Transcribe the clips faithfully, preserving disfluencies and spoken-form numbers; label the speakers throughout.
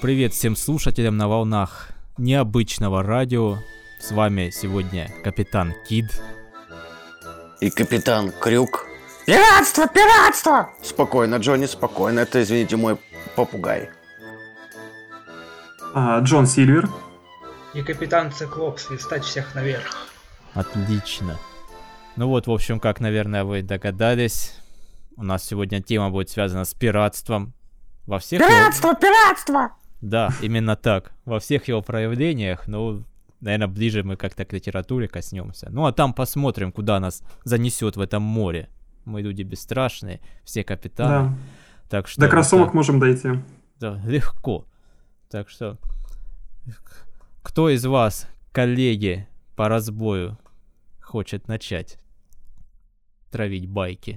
Speaker 1: Привет всем слушателям на волнах необычного радио. С вами сегодня капитан Кид.
Speaker 2: И капитан Крюк.
Speaker 3: Пиратство, пиратство!
Speaker 2: Спокойно, Джонни, спокойно. Это, извините, мой попугай.
Speaker 4: А, Джон Сильвер.
Speaker 5: И капитан Циклопс, листать всех наверх.
Speaker 1: Отлично. Ну вот, в общем, как, наверное, вы догадались, у нас сегодня тема будет связана с пиратством. Во всех
Speaker 3: Пиратство,
Speaker 1: его...
Speaker 3: пиратство!
Speaker 1: Да, именно так. Во всех его проявлениях, ну, наверное, ближе мы как-то к литературе коснемся. Ну, а там посмотрим, куда нас занесет в этом море. Мы люди бесстрашные, все капитаны.
Speaker 4: Да.
Speaker 1: Так что
Speaker 4: До кроссовок
Speaker 1: это...
Speaker 4: можем дойти.
Speaker 1: Да, легко. Так что, кто из вас, коллеги по разбою, хочет начать травить байки?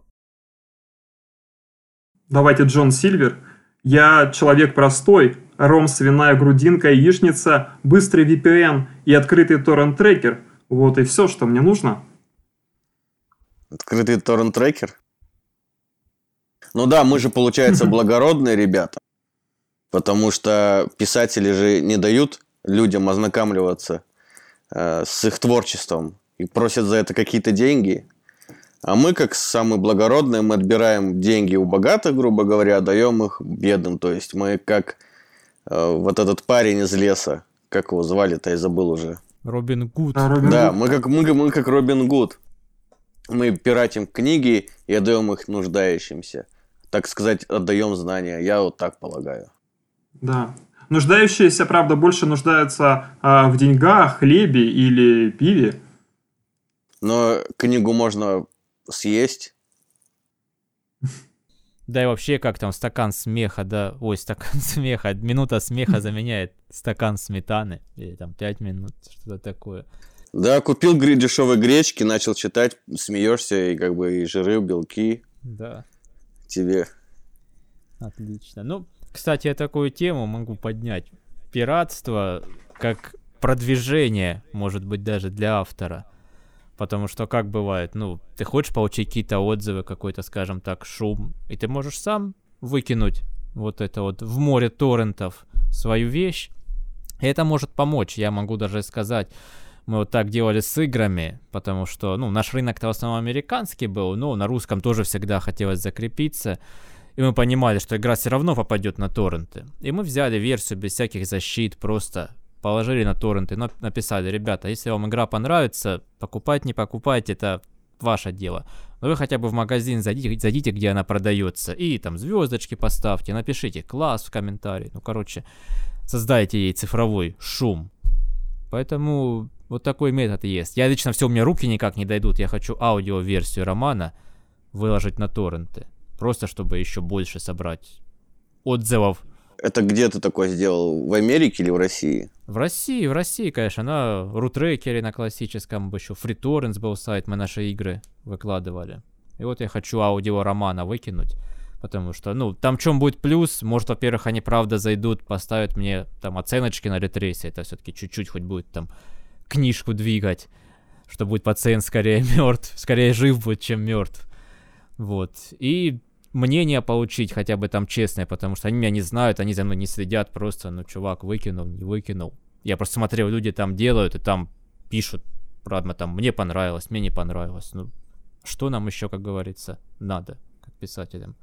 Speaker 4: Давайте, Джон Сильвер. Я человек простой. Ром, свиная грудинка, яичница, быстрый ви пи эн и открытый торрент-трекер. Вот и все, что мне нужно.
Speaker 2: Открытый торрент-трекер? Ну да, мы же, получается, благородные ребята. Потому что писатели же не дают людям ознакомливаться э, с их творчеством и просят за это какие-то деньги. А мы, как самые благородные, мы отбираем деньги у богатых, грубо говоря, даем их бедным. То есть мы как э, вот этот парень из леса, как его звали-то, я забыл уже.
Speaker 1: Робин Гуд.
Speaker 4: А, Робин
Speaker 2: Да,
Speaker 4: Гуд.
Speaker 2: мы как, мы, мы как Робин Гуд. Мы пиратим книги и отдаем их нуждающимся. Так сказать, отдаем знания. Я вот так полагаю.
Speaker 4: Да. Нуждающиеся, правда, больше нуждаются а, в деньгах, хлебе или пиве.
Speaker 2: Но книгу можно съесть.
Speaker 1: Да и вообще, как там, стакан смеха, да, ой, стакан смеха, минута смеха заменяет стакан сметаны, или там пять минут, что-то такое.
Speaker 2: Да, купил гри- дешевой гречки, начал читать, смеешься, и как бы и жиры, белки
Speaker 1: Да,
Speaker 2: тебе.
Speaker 1: отлично. Ну, кстати, я такую тему могу поднять. Пиратство как продвижение, может быть, даже для автора. Потому что как бывает, ну, ты хочешь получить какие-то отзывы, какой-то, скажем так, шум, и ты можешь сам выкинуть вот это вот в море торрентов свою вещь, и это может помочь. Я могу даже сказать, мы вот так делали с играми, потому что, ну, наш рынок-то в основном американский был, но на русском тоже всегда хотелось закрепиться, и мы понимали, что игра все равно попадет на торренты. И мы взяли версию без всяких защит, просто положили на торренты, написали: ребята, если вам игра понравится, покупать, не покупать, это ваше дело. Но вы хотя бы в магазин зайдите, зайдите, где она продается, и там звездочки поставьте, напишите класс в комментарии. Ну, короче, создайте ей цифровой шум. Поэтому вот такой метод есть. Я лично, все, у меня руки никак не дойдут. Я хочу аудиоверсию романа выложить на торренты. Просто чтобы еще больше собрать отзывов.
Speaker 2: Это где ты такое сделал? В Америке или в России?
Speaker 1: В России, в России, конечно, на рутрекере, на классическом, еще FreeTorrents был сайт, мы наши игры выкладывали. И вот я хочу аудиоромана выкинуть, потому что, ну, там в чем будет плюс, может, во-первых, они правда зайдут, поставят мне там оценочки на ретрейсе, это все-таки чуть-чуть хоть будет там книжку двигать, что будет пациент скорее мертв, скорее жив будет, чем мертв. Вот, и мнение получить хотя бы там честное, потому что они меня не знают, они за мной не следят, просто, ну, чувак, выкинул, не выкинул. Я просто смотрел, люди там делают, и там пишут, правда, там, мне понравилось, мне не понравилось. Ну, что нам еще, как говорится, надо, как писателям?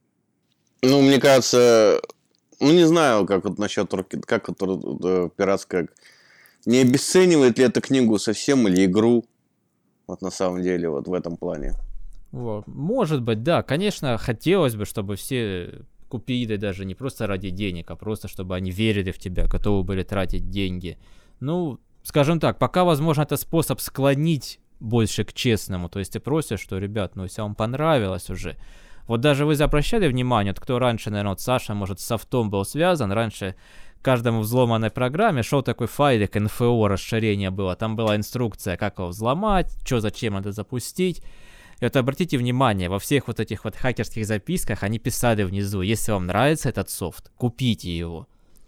Speaker 2: Ну, мне кажется, ну, не знаю, как вот насчет, как вот э, пиратская, не обесценивает ли это книгу совсем или игру, вот на самом деле, вот в этом плане.
Speaker 1: Вот. Может быть, да, конечно, хотелось бы, чтобы все купили даже не просто ради денег, а просто чтобы они верили в тебя, готовы были тратить деньги. Ну, скажем так, пока, возможно, это способ склонить больше к честному. То есть ты просишь, что, ребят, ну, если вам понравилось уже. Вот даже вы обращали внимание, вот кто раньше, наверное, вот Саша, может, с софтом был связан, раньше каждому взломанной программе шел такой файлик эн эф о, расширение было, там была инструкция, как его взломать, что, зачем надо запустить. И вот обратите внимание, во всех вот этих вот хакерских записках они писали внизу: если вам нравится этот софт, купите его.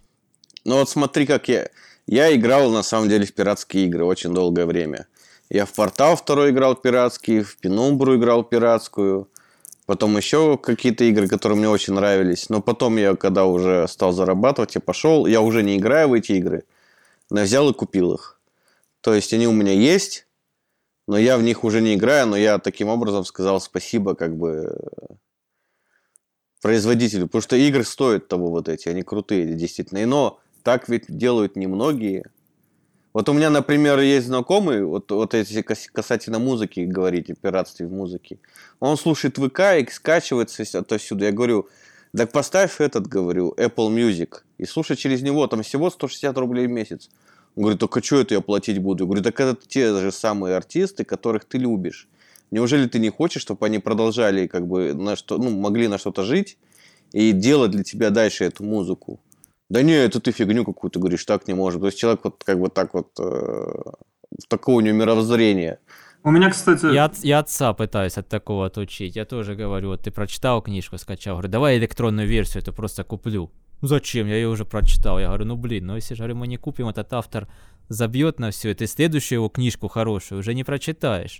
Speaker 2: Ну вот смотри, как я... Я играл, на самом деле, в пиратские игры очень долгое время. Я в Портал второй играл пиратский, в Пенумбру играл пиратскую. Потом еще какие-то игры, которые мне очень нравились. Но потом я, когда уже стал зарабатывать, я пошел, я уже не играю в эти игры, но я взял и купил их. То есть они у меня есть, но я в них уже не играю, но я таким образом сказал спасибо как бы производителю, потому что игры стоят того вот эти, они крутые действительно. И но так ведь делают немногие. Вот у меня, например, есть знакомый, вот, вот эти касательно музыки говорите, пиратстве в музыке. Он слушает ВК и скачивается отовсюду. Я говорю, так поставь этот, говорю, Apple Music и слушай через него, там всего сто шестьдесят рублей в месяц. Он говорит, только что это я платить буду? Я говорю, так это те же самые артисты, которых ты любишь. Неужели ты не хочешь, чтобы они продолжали, как бы, на что, ну, могли на что-то жить и делать для тебя дальше эту музыку? Да не, это ты фигню какую-то говоришь, так не может. То есть человек вот как бы так вот, э, такого у него мировоззрения.
Speaker 4: У меня, кстати...
Speaker 1: Я, от- я отца пытаюсь от такого отучить. Я тоже говорю, вот ты прочитал книжку, скачал, говорю, давай электронную версию, это просто куплю. Ну зачем, я ее уже прочитал. Я говорю, ну блин, ну если же говорю, мы не купим, этот автор забьет на все, ты следующую его книжку хорошую уже не прочитаешь.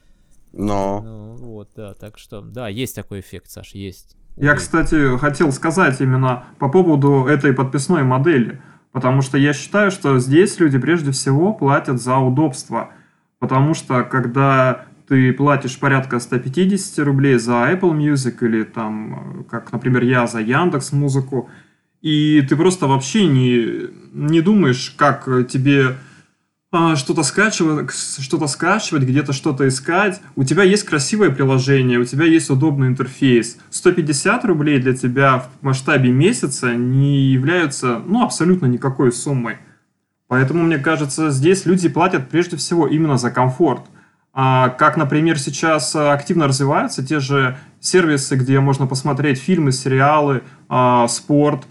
Speaker 2: Но...
Speaker 1: Ну вот, да, так что, да, есть такой эффект, Саш, есть.
Speaker 4: Я,
Speaker 1: Увы.
Speaker 4: кстати, хотел сказать именно по поводу этой подписной модели, потому что я считаю, что здесь люди прежде всего платят за удобство, потому что когда ты платишь порядка сто пятьдесят рублей за Apple Music или там, как, например, я за Яндекс.Музыку, и ты просто вообще не, не думаешь, как тебе а, что-то скачивать, что-то скачивать, где-то что-то искать. У тебя есть красивое приложение, у тебя есть удобный интерфейс. сто пятьдесят рублей для тебя в масштабе месяца не являются, ну, абсолютно никакой суммой. Поэтому, мне кажется, здесь люди платят прежде всего именно за комфорт. А как, например, сейчас активно развиваются те же сервисы, где можно посмотреть фильмы, сериалы, а, спорт.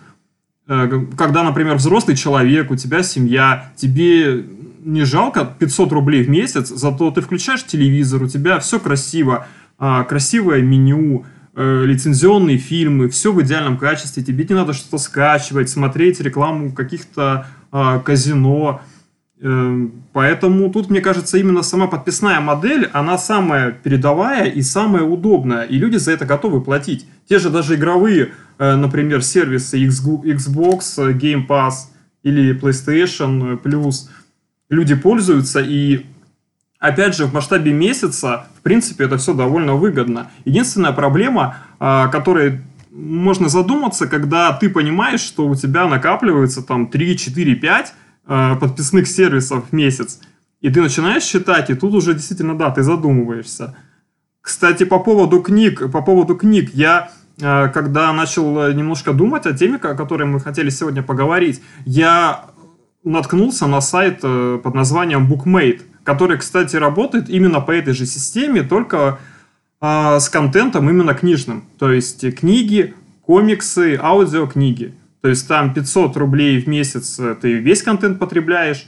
Speaker 4: Когда, например, взрослый человек, у тебя семья, тебе не жалко пятьсот рублей в месяц, зато ты включаешь телевизор, у тебя все красиво, а, красивое меню, э, лицензионные фильмы, все в идеальном качестве, тебе не надо что-то скачивать, смотреть рекламу каких-то а, казино. Э, поэтому тут, мне кажется, именно сама подписная модель, она самая передовая и самая удобная, и люди за это готовы платить. Те же даже игровые, э, например, сервисы Xbox, Game Pass или PlayStation Plus, люди пользуются, и, опять же, в масштабе месяца, в принципе, это все довольно выгодно. Единственная проблема, о которой можно задуматься, когда ты понимаешь, что у тебя накапливается там три, четыре, пять э, подписных сервисов в месяц, и ты начинаешь считать, и тут уже действительно, да, ты задумываешься. Кстати, по поводу книг, по поводу книг, я, э, когда начал немножко думать о теме, о которой мы хотели сегодня поговорить, я наткнулся на сайт под названием BookMate, который, кстати, работает именно по этой же системе, только э, с контентом именно книжным. То есть книги, комиксы, аудиокниги. То есть там пятьсот рублей в месяц ты весь контент потребляешь,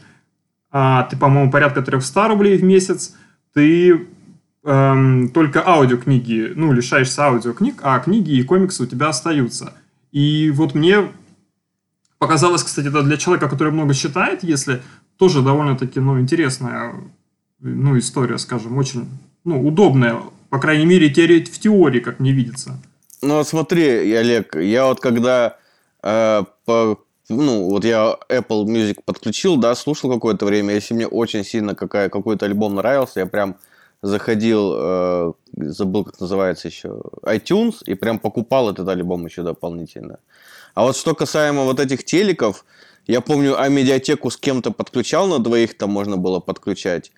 Speaker 4: а ты, по-моему, порядка триста рублей в месяц ты э, только аудиокниги, ну, лишаешься аудиокниг, а книги и комиксы у тебя остаются. И вот мне показалось, кстати, это для человека, который много читает, если тоже довольно-таки, ну, интересная, ну, история, скажем, очень, ну, удобная, по крайней мере, теори- в теории, как мне видится.
Speaker 2: Ну, вот смотри, Олег, я вот когда, э, по, ну, вот я Apple Music подключил, да, слушал какое-то время, если мне очень сильно какая, какой-то альбом нравился, я прям заходил, э, забыл, как называется еще, iTunes, и прям покупал этот альбом еще дополнительно. А вот что касаемо вот этих телеков, я помню, а медиатеку с кем-то подключал, на двоих там можно было подключать.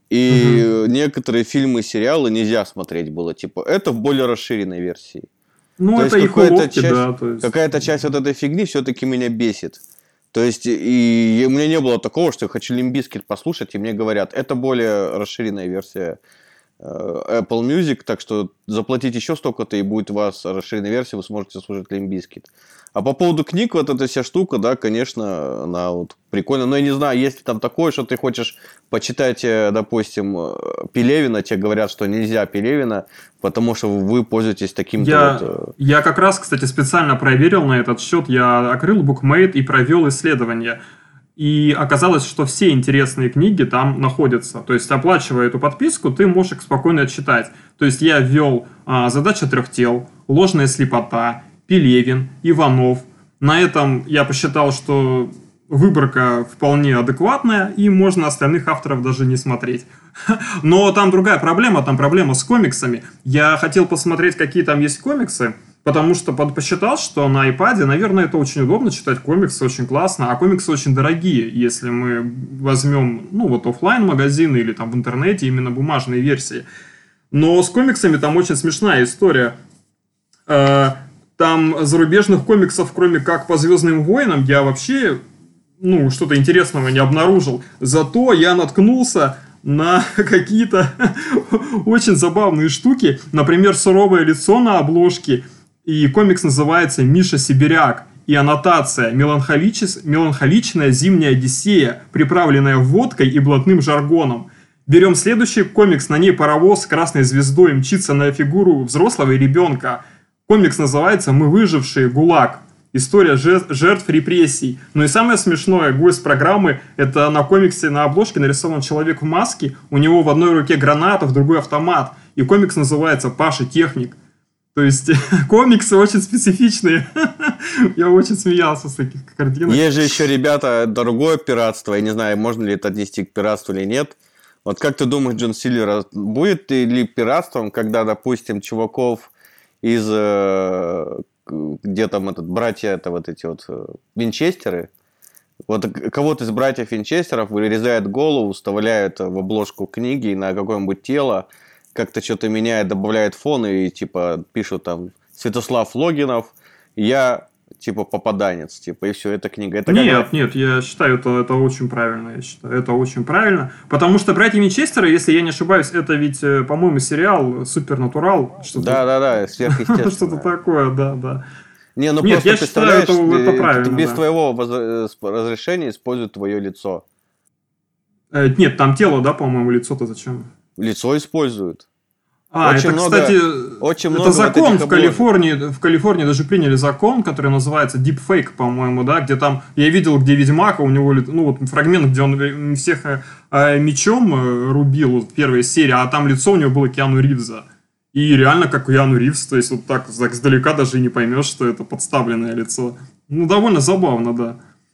Speaker 2: И угу. некоторые фильмы, сериалы нельзя смотреть было. Типа, это в более расширенной версии.
Speaker 4: Ну,
Speaker 2: то
Speaker 4: это
Speaker 2: есть
Speaker 4: их уловки,
Speaker 2: часть,
Speaker 4: да. То есть...
Speaker 2: Какая-то часть вот этой фигни все-таки меня бесит. То есть, и у меня не было такого, что я хочу Limp Bizkit послушать, и мне говорят, это более расширенная версия Apple Music, так что заплатить еще столько-то, и будет у вас расширенная версия, вы сможете слушать Limp Bizkit. А по поводу книг, вот эта вся штука, да, конечно, она вот прикольная. Но я не знаю, если там такое, что ты хочешь почитать, допустим, Пелевина, тебе говорят, что нельзя Пелевина, потому что вы пользуетесь таким-то
Speaker 4: я,
Speaker 2: вот...
Speaker 4: Я как раз, кстати, специально проверил на этот счет. Я открыл BookMate и провел исследование. И оказалось, что все интересные книги там находятся. То есть, оплачивая эту подписку, ты можешь их спокойно читать. То есть, я ввел а, «Задача трех тел», «Ложная слепота», «Пелевин», «Иванов». На этом я посчитал, что выборка вполне адекватная, и можно остальных авторов даже не смотреть. Но там другая проблема, там проблема с комиксами. Я хотел посмотреть, какие там есть комиксы, потому что посчитал, что на iPad, наверное, это очень удобно читать комиксы, очень классно, а комиксы очень дорогие, если мы возьмем, ну, вот офлайн-магазины или там в интернете именно бумажные версии. Но с комиксами там очень смешная история. Там зарубежных комиксов, кроме как по «Звездным войнам», я вообще, ну, что-то интересного не обнаружил. Зато я наткнулся на какие-то очень забавные штуки. Например, суровое лицо на обложке. И комикс называется «Миша Сибиряк». И аннотация «Меланхоличес... «Меланхоличная зимняя Одиссея, приправленная водкой и блатным жаргоном». Берем следующий комикс, на ней паровоз с красной звездой мчится на фигуру взрослого и ребенка. Комикс называется «Мы выжившие. ГУЛАГ». История жертв репрессий. Ну и самое смешное, гость программы, это на комиксе на обложке нарисован человек в маске, у него в одной руке граната, в другой автомат. И комикс называется «Паша Техник». То есть комиксы очень специфичные. Я очень смеялся с таких картинок.
Speaker 2: Есть же еще, ребята, другое пиратство. Я не знаю, можно ли это отнести к пиратству или нет. Вот как ты думаешь, Джон Сильвер, будет ли пиратством, когда, допустим, чуваков из... где там этот, братья, это вот эти вот Винчестеры, вот кого-то из братьев Винчестеров вырезают голову, вставляют в обложку книги на какое-нибудь тело, как-то что-то меняет, добавляет фон и типа пишут там Святослав Логинов, я типа попаданец, типа, и все, эта книга. Это
Speaker 4: нет,
Speaker 2: как...
Speaker 4: нет, я считаю, это, это очень правильно, я считаю, это очень правильно, потому что «Братья Винчестеры», если я не ошибаюсь, это ведь, по-моему, сериал «Супернатурал».
Speaker 2: Да-да-да, сверхъестественное.
Speaker 4: Что-то такое, да-да.
Speaker 2: Не, ну
Speaker 4: нет,
Speaker 2: просто
Speaker 4: я считаю, это, это правильно.
Speaker 2: Без
Speaker 4: да.
Speaker 2: твоего разрешения используют твое лицо.
Speaker 4: Э, нет, там тело, да, по-моему, лицо-то зачем?
Speaker 2: Лицо используют.
Speaker 4: А,
Speaker 2: очень
Speaker 4: это,
Speaker 2: много,
Speaker 4: кстати,
Speaker 2: очень
Speaker 4: это
Speaker 2: много
Speaker 4: закон
Speaker 2: вот
Speaker 4: в Калифорнии, в Калифорнии даже приняли закон, который называется Deepfake, по-моему, да, где там, я видел, где Ведьмака, у него, ну, вот фрагмент, где он всех э, мечом э, рубил, вот, первая серия, а там лицо у него было Киану Ривза. И реально как Киану Ривз, то есть вот так, так сдалека даже и не поймешь, что это подставленное лицо. Ну, довольно забавно, да.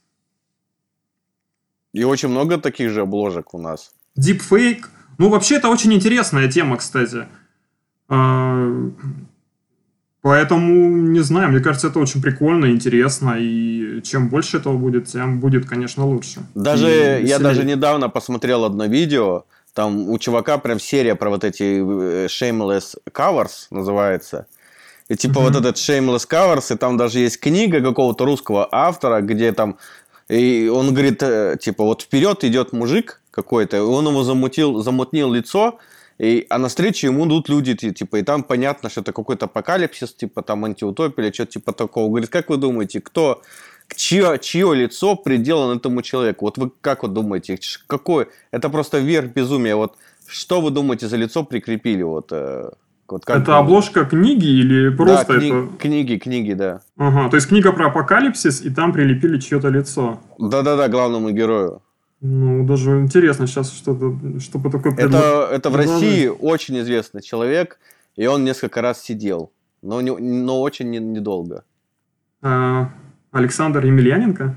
Speaker 2: И очень много таких же обложек у нас.
Speaker 4: Deepfake. Ну, вообще, это очень интересная тема, кстати. Поэтому, не знаю, мне кажется, это очень прикольно, интересно, и чем больше этого будет, тем будет, конечно, лучше.
Speaker 2: Даже я даже недавно посмотрел одно видео, там у чувака прям серия про вот эти Shameless Covers называется. И типа mm-hmm. вот этот Shameless Covers, и там даже есть книга какого-то русского автора, где там, и он говорит, типа вот вперед идет мужик какой-то, и он ему замутил, замутнил лицо, и, а навстречу ему идут люди, типа, и там понятно, что это какой-то апокалипсис, типа, там, антиутопия или что-то типа такого. Говорит, как вы думаете, кто, чье, чье лицо приделано этому человеку? Вот вы как вот думаете, какое? Это просто верх безумия. Вот что вы думаете, за лицо прикрепили? Вот, вот как
Speaker 4: это
Speaker 2: вы...
Speaker 4: обложка книги или просто
Speaker 2: да, кни...
Speaker 4: это...
Speaker 2: книги, книги, да.
Speaker 4: Ага, то есть книга про апокалипсис, и там прилепили чье-то лицо.
Speaker 2: Да-да-да, главному герою.
Speaker 4: Ну, даже интересно сейчас что-то, чтобы такое предло...
Speaker 2: Это, это в России очень известный человек, и он несколько раз сидел, но, не, но очень не, недолго.
Speaker 4: А, Александр Емельяненко?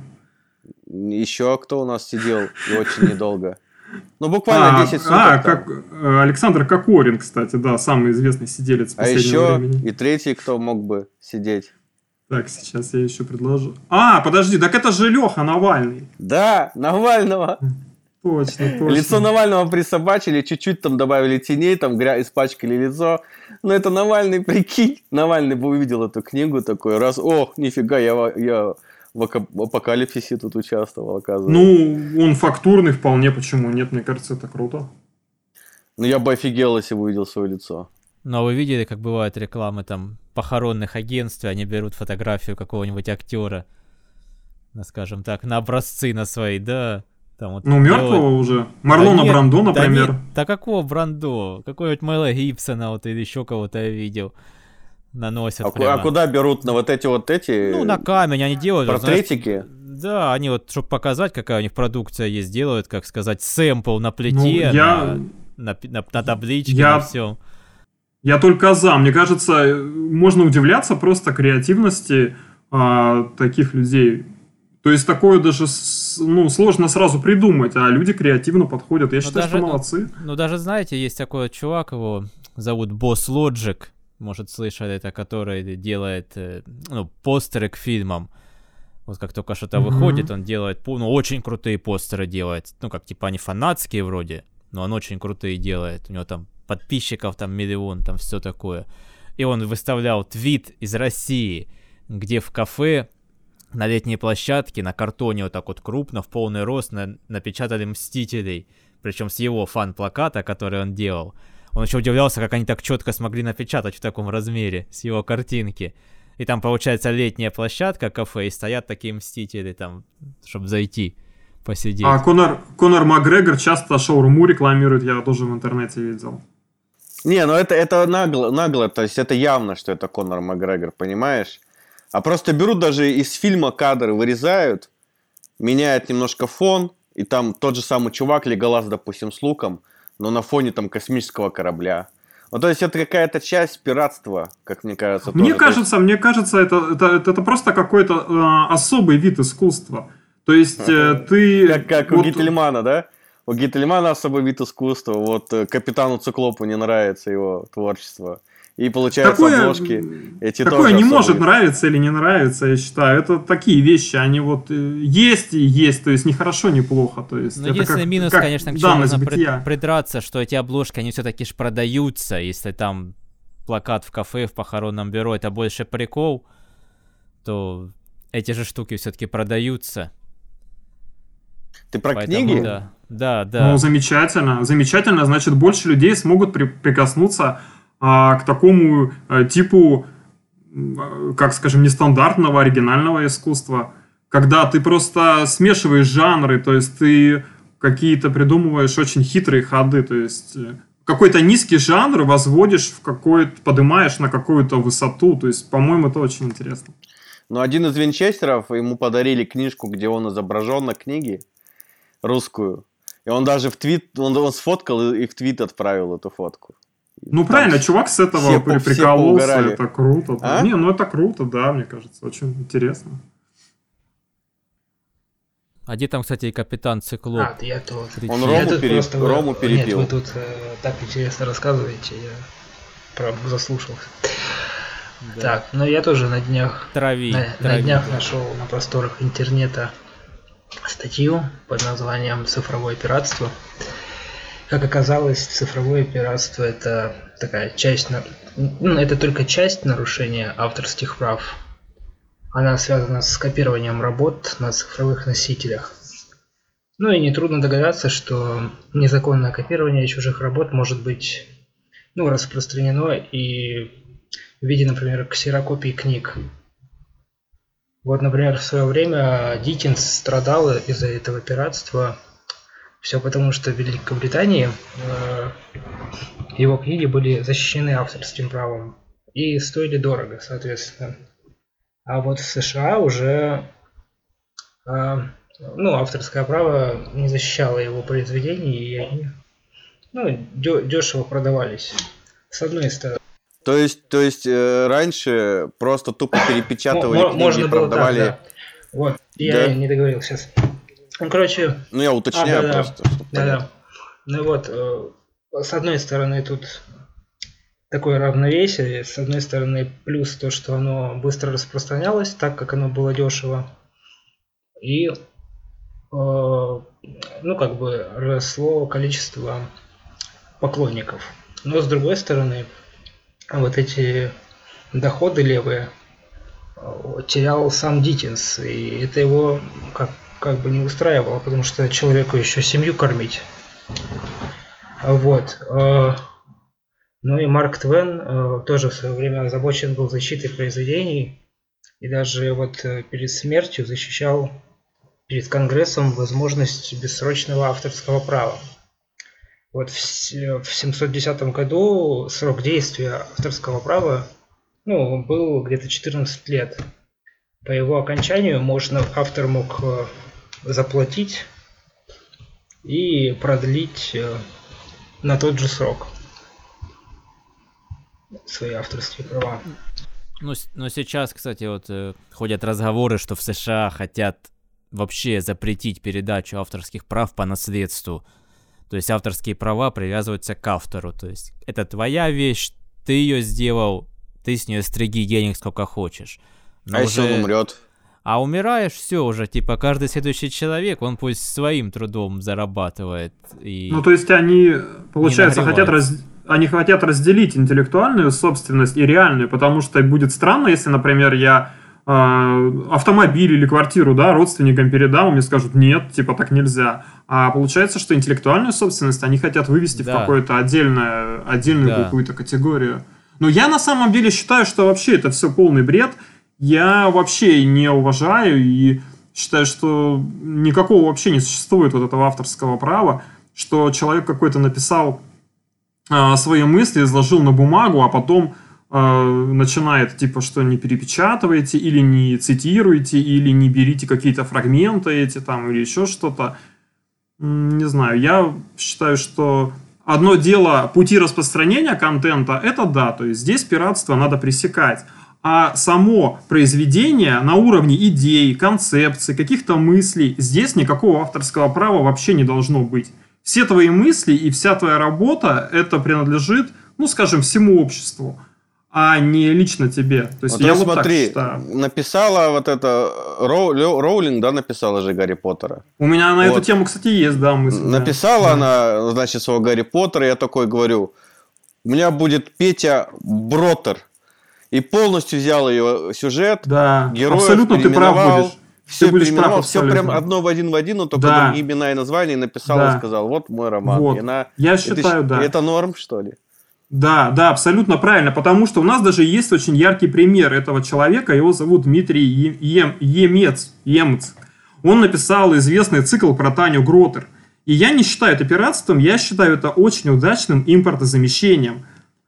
Speaker 2: Еще кто у нас сидел и очень недолго? Ну, буквально десять суток.
Speaker 4: А, как, Александр Кокорин, кстати, да, самый известный сиделец последнего
Speaker 2: а
Speaker 4: времени.
Speaker 2: А еще и третий, кто мог бы сидеть.
Speaker 4: Так, сейчас я еще предложу. А, подожди, так это же Леха Навальный.
Speaker 2: Да, Навального.
Speaker 4: Точно, точно.
Speaker 2: Лицо Навального присобачили, чуть-чуть там добавили теней, там гря... испачкали лицо. Но это Навальный, прикинь. Навальный бы увидел эту книгу такой, раз, ох, нифига, я, я в апокалипсисе тут участвовал, оказывается.
Speaker 4: Ну, он фактурный вполне, почему нет, мне кажется, это круто.
Speaker 2: Ну, я бы офигел, если бы увидел свое лицо.
Speaker 1: Ну, а вы видели, как бывают рекламы там похоронных агентств, они берут фотографию какого-нибудь актера, ну, скажем так, на образцы на свои, да. Там вот
Speaker 4: ну, мертвого
Speaker 1: делают...
Speaker 4: уже. Марлона да Брандо,
Speaker 1: нет,
Speaker 4: например.
Speaker 1: Да, нет, да какого Брандо? Какого-нибудь Мэла Гибсона вот, или еще кого-то я видел. Наносят
Speaker 2: а,
Speaker 1: прямо.
Speaker 2: А куда берут? На вот эти вот эти?
Speaker 1: Ну, на камень они делают.
Speaker 2: Портретики?
Speaker 1: Знаешь, Да, они вот, чтобы показать, какая у них продукция есть, делают, как сказать, сэмпл на плите,
Speaker 4: Ну, я-
Speaker 1: на, на, на, на табличке,
Speaker 4: Я-
Speaker 1: на всем.
Speaker 4: Я только за. Мне кажется, можно удивляться просто креативности а, таких людей. То есть такое даже с- ну, сложно сразу придумать, а люди креативно подходят. Я
Speaker 1: Ну,
Speaker 4: считаю,
Speaker 1: даже-
Speaker 4: что молодцы.
Speaker 1: Ну, даже, знаете, есть такой вот чувак, его зовут Boss Logic, может, слышали, это который делает, э, ну, постеры к фильмам. Вот как только что-то
Speaker 4: Мгм.
Speaker 1: выходит, он делает, по- ну, очень крутые постеры делает. Ну, как, типа, они фанатские вроде, но он очень крутые делает. У него там подписчиков там миллион, там все такое. И он выставлял твит из России, где в кафе на летней площадке на картоне вот так вот крупно, в полный рост на- напечатали «Мстителей». Причем с его фан-плаката, который он делал. Он еще удивлялся, как они так четко смогли напечатать в таком размере с его картинки. И там, получается, летняя площадка, кафе, и стоят такие «Мстители» там, чтобы зайти, посидеть.
Speaker 4: А Конор, Конор Макгрегор часто шаурму рекламирует, я тоже в интернете видел.
Speaker 2: Не, ну это, это нагло, нагло, то есть это явно, что это Конор Макгрегор, понимаешь? А просто берут даже из фильма кадры, вырезают, меняют немножко фон, и там тот же самый чувак, Леголас, допустим, с луком, но на фоне там космического корабля. Ну, то есть это какая-то часть пиратства, как мне кажется.
Speaker 4: Мне
Speaker 2: тоже.
Speaker 4: кажется, мне кажется, это, это, это, это просто какой-то э, особый вид искусства. То есть э, ты...
Speaker 2: Как, как
Speaker 4: вот-
Speaker 2: у Гительмана, да? У Гительмана особый вид искусства. Вот э, капитану Циклопу не нравится его творчество. И получается
Speaker 4: Такое,
Speaker 2: обложки эти
Speaker 4: такое
Speaker 2: тоже
Speaker 4: не
Speaker 2: особые.
Speaker 4: может нравиться или не нравиться, я считаю. Это такие вещи, они вот э, есть и есть, то есть ни хорошо, ни плохо. То есть
Speaker 1: Ну,
Speaker 4: это
Speaker 1: единственный
Speaker 4: как-
Speaker 1: минус,
Speaker 4: как
Speaker 1: конечно, к чему
Speaker 4: данность
Speaker 1: нужно прид-
Speaker 4: бытия.
Speaker 1: придраться, что эти обложки, они все-таки ж продаются. Если там плакат в кафе, в похоронном бюро, это больше прикол, то эти же штуки все-таки продаются.
Speaker 2: Ты про
Speaker 1: Поэтому
Speaker 2: книги?
Speaker 1: Да, да, да.
Speaker 4: Ну, замечательно. Замечательно, значит, больше людей смогут при- прикоснуться а, к такому а, типу, м, а, как скажем, нестандартного, оригинального искусства. Когда ты просто смешиваешь жанры, то есть ты какие-то придумываешь очень хитрые ходы, то есть э, какой-то низкий жанр возводишь в какой-то, поднимаешь на какую-то высоту, то есть, по-моему, это очень интересно.
Speaker 2: Ну, один из винчестеров, ему подарили книжку, где он изображен на книге, русскую. И он даже в твит, он, он сфоткал и в твит отправил эту фотку.
Speaker 4: Ну,
Speaker 2: Там
Speaker 4: правильно,
Speaker 2: с-
Speaker 4: чувак с этого
Speaker 2: все
Speaker 4: при-
Speaker 2: по- все
Speaker 4: прикололся,
Speaker 2: поугорали.
Speaker 4: это круто. да.
Speaker 2: А?
Speaker 4: Не, ну это круто, да, мне кажется, очень интересно.
Speaker 1: А где там, кстати, и капитан Циклоп?
Speaker 5: А, я тут.
Speaker 2: Он
Speaker 5: Я
Speaker 2: Рому,
Speaker 5: тут
Speaker 2: пере-
Speaker 5: просто вы-
Speaker 2: Рому перепил.
Speaker 5: Нет, вы тут э, так интересно рассказываете, я прям заслушался.
Speaker 1: Да.
Speaker 5: Так, ну я тоже на днях
Speaker 1: Трави.
Speaker 5: на, на
Speaker 1: трави,
Speaker 5: днях
Speaker 1: да.
Speaker 5: нашел на просторах интернета статью под названием «Цифровое пиратство». Как оказалось, цифровое пиратство – это такая часть, на- ну, это только часть нарушения авторских прав. Она связана с копированием работ на цифровых носителях. Ну и нетрудно догадаться, что незаконное копирование чужих работ может быть, ну, распространено и в виде, например, ксерокопий книг. Вот, например, в свое время Диккенс страдал из-за этого пиратства. Все потому, что в Великобритании э, его книги были защищены авторским правом и стоили дорого, соответственно. А вот в США уже э, ну, авторское право не защищало его произведений, и они ну, дё- дешево продавались. С одной стороны.
Speaker 2: То есть, то есть э, раньше просто тупо перепечатывали
Speaker 5: Мо-
Speaker 2: книги
Speaker 5: можно
Speaker 2: и
Speaker 5: было
Speaker 2: продавали.
Speaker 5: так, да. Вот, я
Speaker 2: Да?
Speaker 5: не договорил сейчас. Ну, короче,
Speaker 2: Ну, я уточняю
Speaker 5: А, да, да.
Speaker 2: просто. чтобы понять.
Speaker 5: да-да. Ну вот, э, с одной стороны, тут такое равновесие, с одной стороны, плюс то, что оно быстро распространялось, так как оно было дешево, и, э, ну, как бы, росло количество поклонников. Но, с другой стороны, вот эти доходы левые э, терял сам Диккенс, и это его как, как бы не устраивало, потому что человеку еще семью кормить. Вот. э, Ну и Марк Твен э, тоже в свое время озабочен был защитой произведений, и даже вот э, перед смертью защищал перед Конгрессом возможность бессрочного авторского права. Вот в, с- в семьсот десятом году срок действия авторского права ну, был где-то четырнадцать лет. по его окончанию можно, автор мог э, заплатить и продлить э, на тот же срок свои авторские права.
Speaker 1: Ну, с- но сейчас, кстати, вот э, ходят разговоры, что в США хотят вообще запретить передачу авторских прав по наследству. То есть авторские права привязываются к автору. То есть это твоя вещь, ты ее сделал, ты с нее стриги денег сколько хочешь. Но
Speaker 2: А если
Speaker 1: уже-
Speaker 2: он умрет?
Speaker 1: А умираешь, все уже, типа, каждый следующий человек, он пусть своим трудом зарабатывает. И...
Speaker 4: Ну, то есть они, получается, хотят,
Speaker 1: нагревается.
Speaker 4: раз... они хотят разделить интеллектуальную собственность и реальную, потому что будет странно, если, например, я э, автомобиль или квартиру, да, родственникам передам, и мне скажут, нет, типа, так нельзя. А получается, что интеллектуальную собственность они хотят вывести
Speaker 1: Да.
Speaker 4: в какую-то отдельную, отдельную
Speaker 1: Да.
Speaker 4: какую-то категорию. Но я на самом деле считаю, что вообще это все полный бред. Я вообще не уважаю и считаю, что никакого вообще не существует вот этого авторского права, что человек какой-то написал э, свои мысли, изложил на бумагу, а потом э, начинает типа, что не перепечатывайте, или не цитируйте, или не берите какие-то фрагменты эти там, или еще что-то. М, Не знаю, я считаю, что одно дело пути распространения контента, это да, то есть здесь пиратство надо пресекать. А само произведение на уровне идей, концепций, каких-то мыслей, здесь никакого авторского права вообще не должно быть. Все твои мысли и вся твоя работа, это принадлежит, ну, скажем, всему обществу, а не лично тебе. То есть
Speaker 2: Вот
Speaker 4: я
Speaker 2: ты
Speaker 4: вот
Speaker 2: смотри,
Speaker 4: так считаю.
Speaker 2: написала вот это Роу- Лё- Роулинг, да, написала же Гарри Поттера.
Speaker 4: У меня на
Speaker 2: Вот.
Speaker 4: эту тему, кстати, есть, да, мысль. да.
Speaker 2: Написала
Speaker 4: Да.
Speaker 2: она, значит, своего Гарри Поттера, я такой говорю, у меня будет Петя Бротер. И полностью взял ее сюжет,
Speaker 4: Да,
Speaker 2: героев,
Speaker 4: абсолютно ты прав
Speaker 2: переименовал,
Speaker 4: будешь.
Speaker 2: все
Speaker 4: Ты будешь
Speaker 2: переименовал,
Speaker 4: прав
Speaker 2: все
Speaker 4: абсолютно.
Speaker 2: прям одно в один в один, но только
Speaker 4: Да.
Speaker 2: другие имена и названия написал
Speaker 4: Да.
Speaker 2: и сказал, вот мой роман.
Speaker 4: Вот.
Speaker 2: И она-
Speaker 4: Я
Speaker 2: это
Speaker 4: считаю,
Speaker 2: щ-
Speaker 4: да.
Speaker 2: Это норм, что ли?
Speaker 4: Да, да, абсолютно правильно, потому что у нас даже есть очень яркий пример этого человека, его зовут Дмитрий Е- Ем- Емец, Емц. Он написал известный цикл про Таню Гротер. И я не считаю это пиратством, я считаю это очень удачным импортозамещением.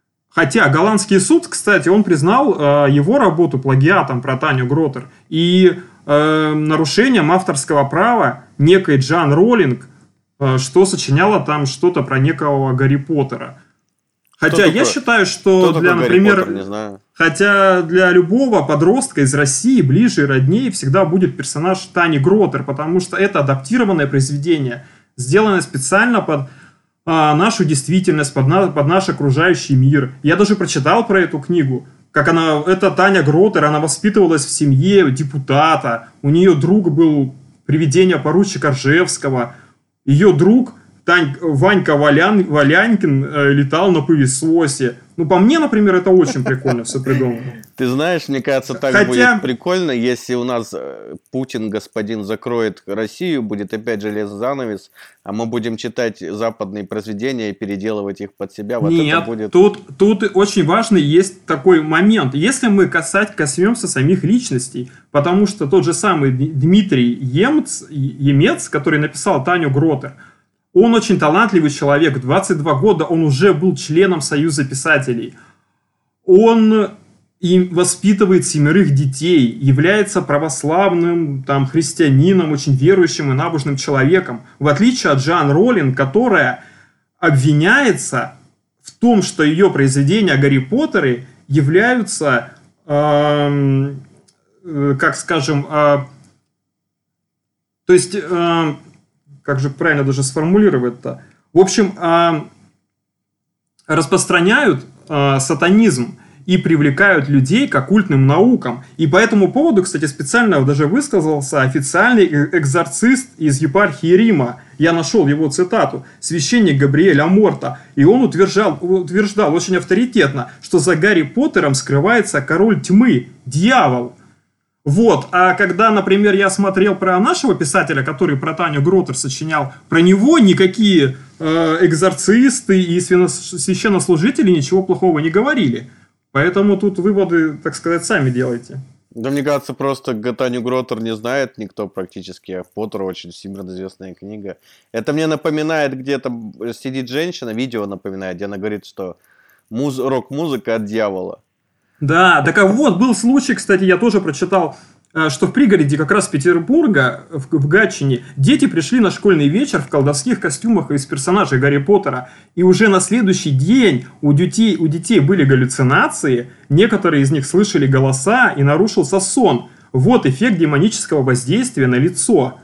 Speaker 4: Хотя голландский суд, кстати, он признал э, его работу плагиатом про Таню Гротер и э, нарушением авторского права некой Джан Роллинг, э, что сочиняла там что-то про некого Гарри Поттера. Хотя я
Speaker 2: такой-
Speaker 4: считаю,
Speaker 2: Кто
Speaker 4: что
Speaker 2: такой
Speaker 4: для,
Speaker 2: Гарри
Speaker 4: например,
Speaker 2: Поттер, не знаю.
Speaker 4: хотя для любого подростка из России ближе и роднее всегда будет персонаж Тани Гротер, потому что это адаптированное произведение, сделанное специально под а, нашу действительность, под, на- под наш окружающий мир. Я даже прочитал про эту книгу, как она, это Таня Гротер, она воспитывалась в семье депутата, у нее друг был привидение поручика Ржевского, ее друг Тань, Ванька Валян, Валянькин э, летал на пылесосе. Ну, по мне, например, это очень прикольно все придумано.
Speaker 2: Ты знаешь, мне кажется, так
Speaker 4: Хотя-
Speaker 2: будет прикольно, если у нас э, Путин, господин, закроет Россию, будет опять железный занавес, а мы будем читать западные произведения и переделывать их под себя. Вот
Speaker 4: Нет,
Speaker 2: это будет...
Speaker 4: тут, тут очень важный есть такой момент. Если мы касать, коснемся самих личностей, потому что тот же самый Д- Дмитрий Емц, Емец, который написал Таню Гротер, он очень талантливый человек. В двадцать два года он уже был членом Союза писателей. Он и воспитывает семерых детей, является православным там, христианином, очень верующим и набожным человеком. В отличие от Джоан Роллинг, которая обвиняется в том, что ее произведения о Гарри Поттере являются, эм, э, как скажем, э, то есть, э, как же правильно даже сформулировать-то? В общем, э, распространяют э, сатанизм и привлекают людей к оккультным наукам. И по этому поводу, кстати, специально даже высказался официальный э- экзорцист из епархии Рима. Я нашел его цитату. Священник Габриэль Аморта. И он утверждал, утверждал очень авторитетно, что за Гарри Поттером скрывается король тьмы, дьявол. Вот, а когда, например, я смотрел про нашего писателя, который про Таню Гротер сочинял, про него никакие э, экзорцисты и свяно- священнослужители ничего плохого не говорили. Поэтому тут выводы, так сказать, сами делайте.
Speaker 2: Да, мне кажется, просто Таню Гротер не знает никто практически, а Поттер очень всемирно известная книга. Это мне напоминает, где-то сидит женщина, видео напоминает, где она говорит, что муз- рок-музыка от дьявола.
Speaker 4: Да, так а вот был случай, кстати, я тоже прочитал что в пригороде как раз Петербурга, в, в Гатчине, дети пришли на школьный вечер в колдовских костюмах из персонажей Гарри Поттера. И уже на следующий день у детей, у детей были галлюцинации, некоторые из них слышали голоса и нарушился сон. Вот эффект демонического воздействия на лицо.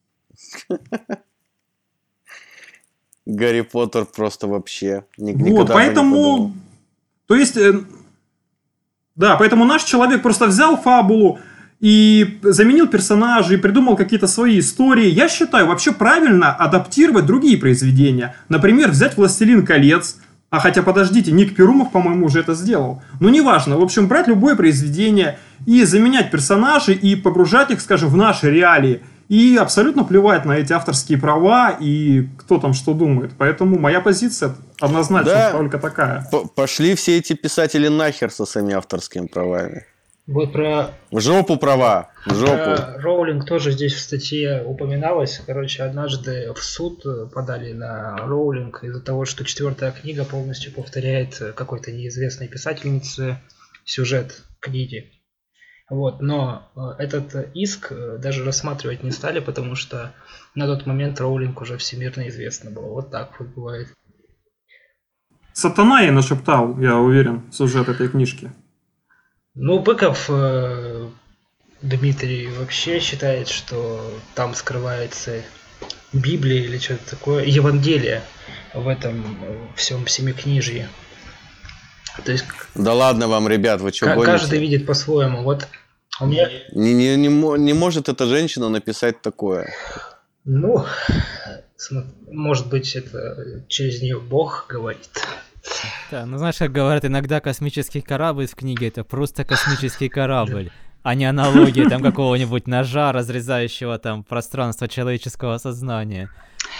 Speaker 2: Гарри Поттер просто вообще ни- никогда
Speaker 4: Вот,
Speaker 2: бы не
Speaker 4: поэтому...
Speaker 2: подумал.
Speaker 4: То есть... э, Да, поэтому наш человек просто взял фабулу и заменил персонажей, придумал какие-то свои истории. Я считаю, вообще правильно адаптировать другие произведения. Например, взять «Властелин колец». А хотя, подождите, Ник Перумов, по-моему, уже это сделал. Ну, неважно. В общем, брать любое произведение и заменять персонажей, и погружать их, скажем, в наши реалии. И абсолютно плевать на эти авторские права и кто там что думает. Поэтому моя позиция однозначно
Speaker 2: Да.
Speaker 4: только такая.
Speaker 2: П- Пошли все эти писатели нахер со своими авторскими правами.
Speaker 5: Вот про,
Speaker 2: В жопу права, в жопу.
Speaker 5: про Роулинг тоже здесь в статье упоминалось. Короче, однажды в суд подали на Роулинг из-за того, что четвертая книга полностью повторяет какой-то неизвестной писательницы сюжет книги. Вот, но э, этот иск э, даже рассматривать не стали, потому что на тот момент Роулинг уже всемирно известна была. Вот так вот бывает.
Speaker 4: Сатана ей нашептал, я уверен, сюжет этой книжки.
Speaker 5: Ну, Быков э, Дмитрий вообще считает, что там скрывается Библия или что-то такое, Евангелие в этом э, всем семикнижье. То есть
Speaker 2: Да ладно вам, ребят, вы что
Speaker 5: к-
Speaker 2: гоните?
Speaker 5: каждый видит по-своему. Вот у меня,
Speaker 2: Не, не, не, мо- не может эта женщина написать такое.
Speaker 5: ну, см- может быть, это через нее Бог говорит.
Speaker 1: Да, ну знаешь, как говорят, иногда космический корабль в книге это просто космический корабль, а не аналогия там какого-нибудь ножа, разрезающего там пространство человеческого сознания.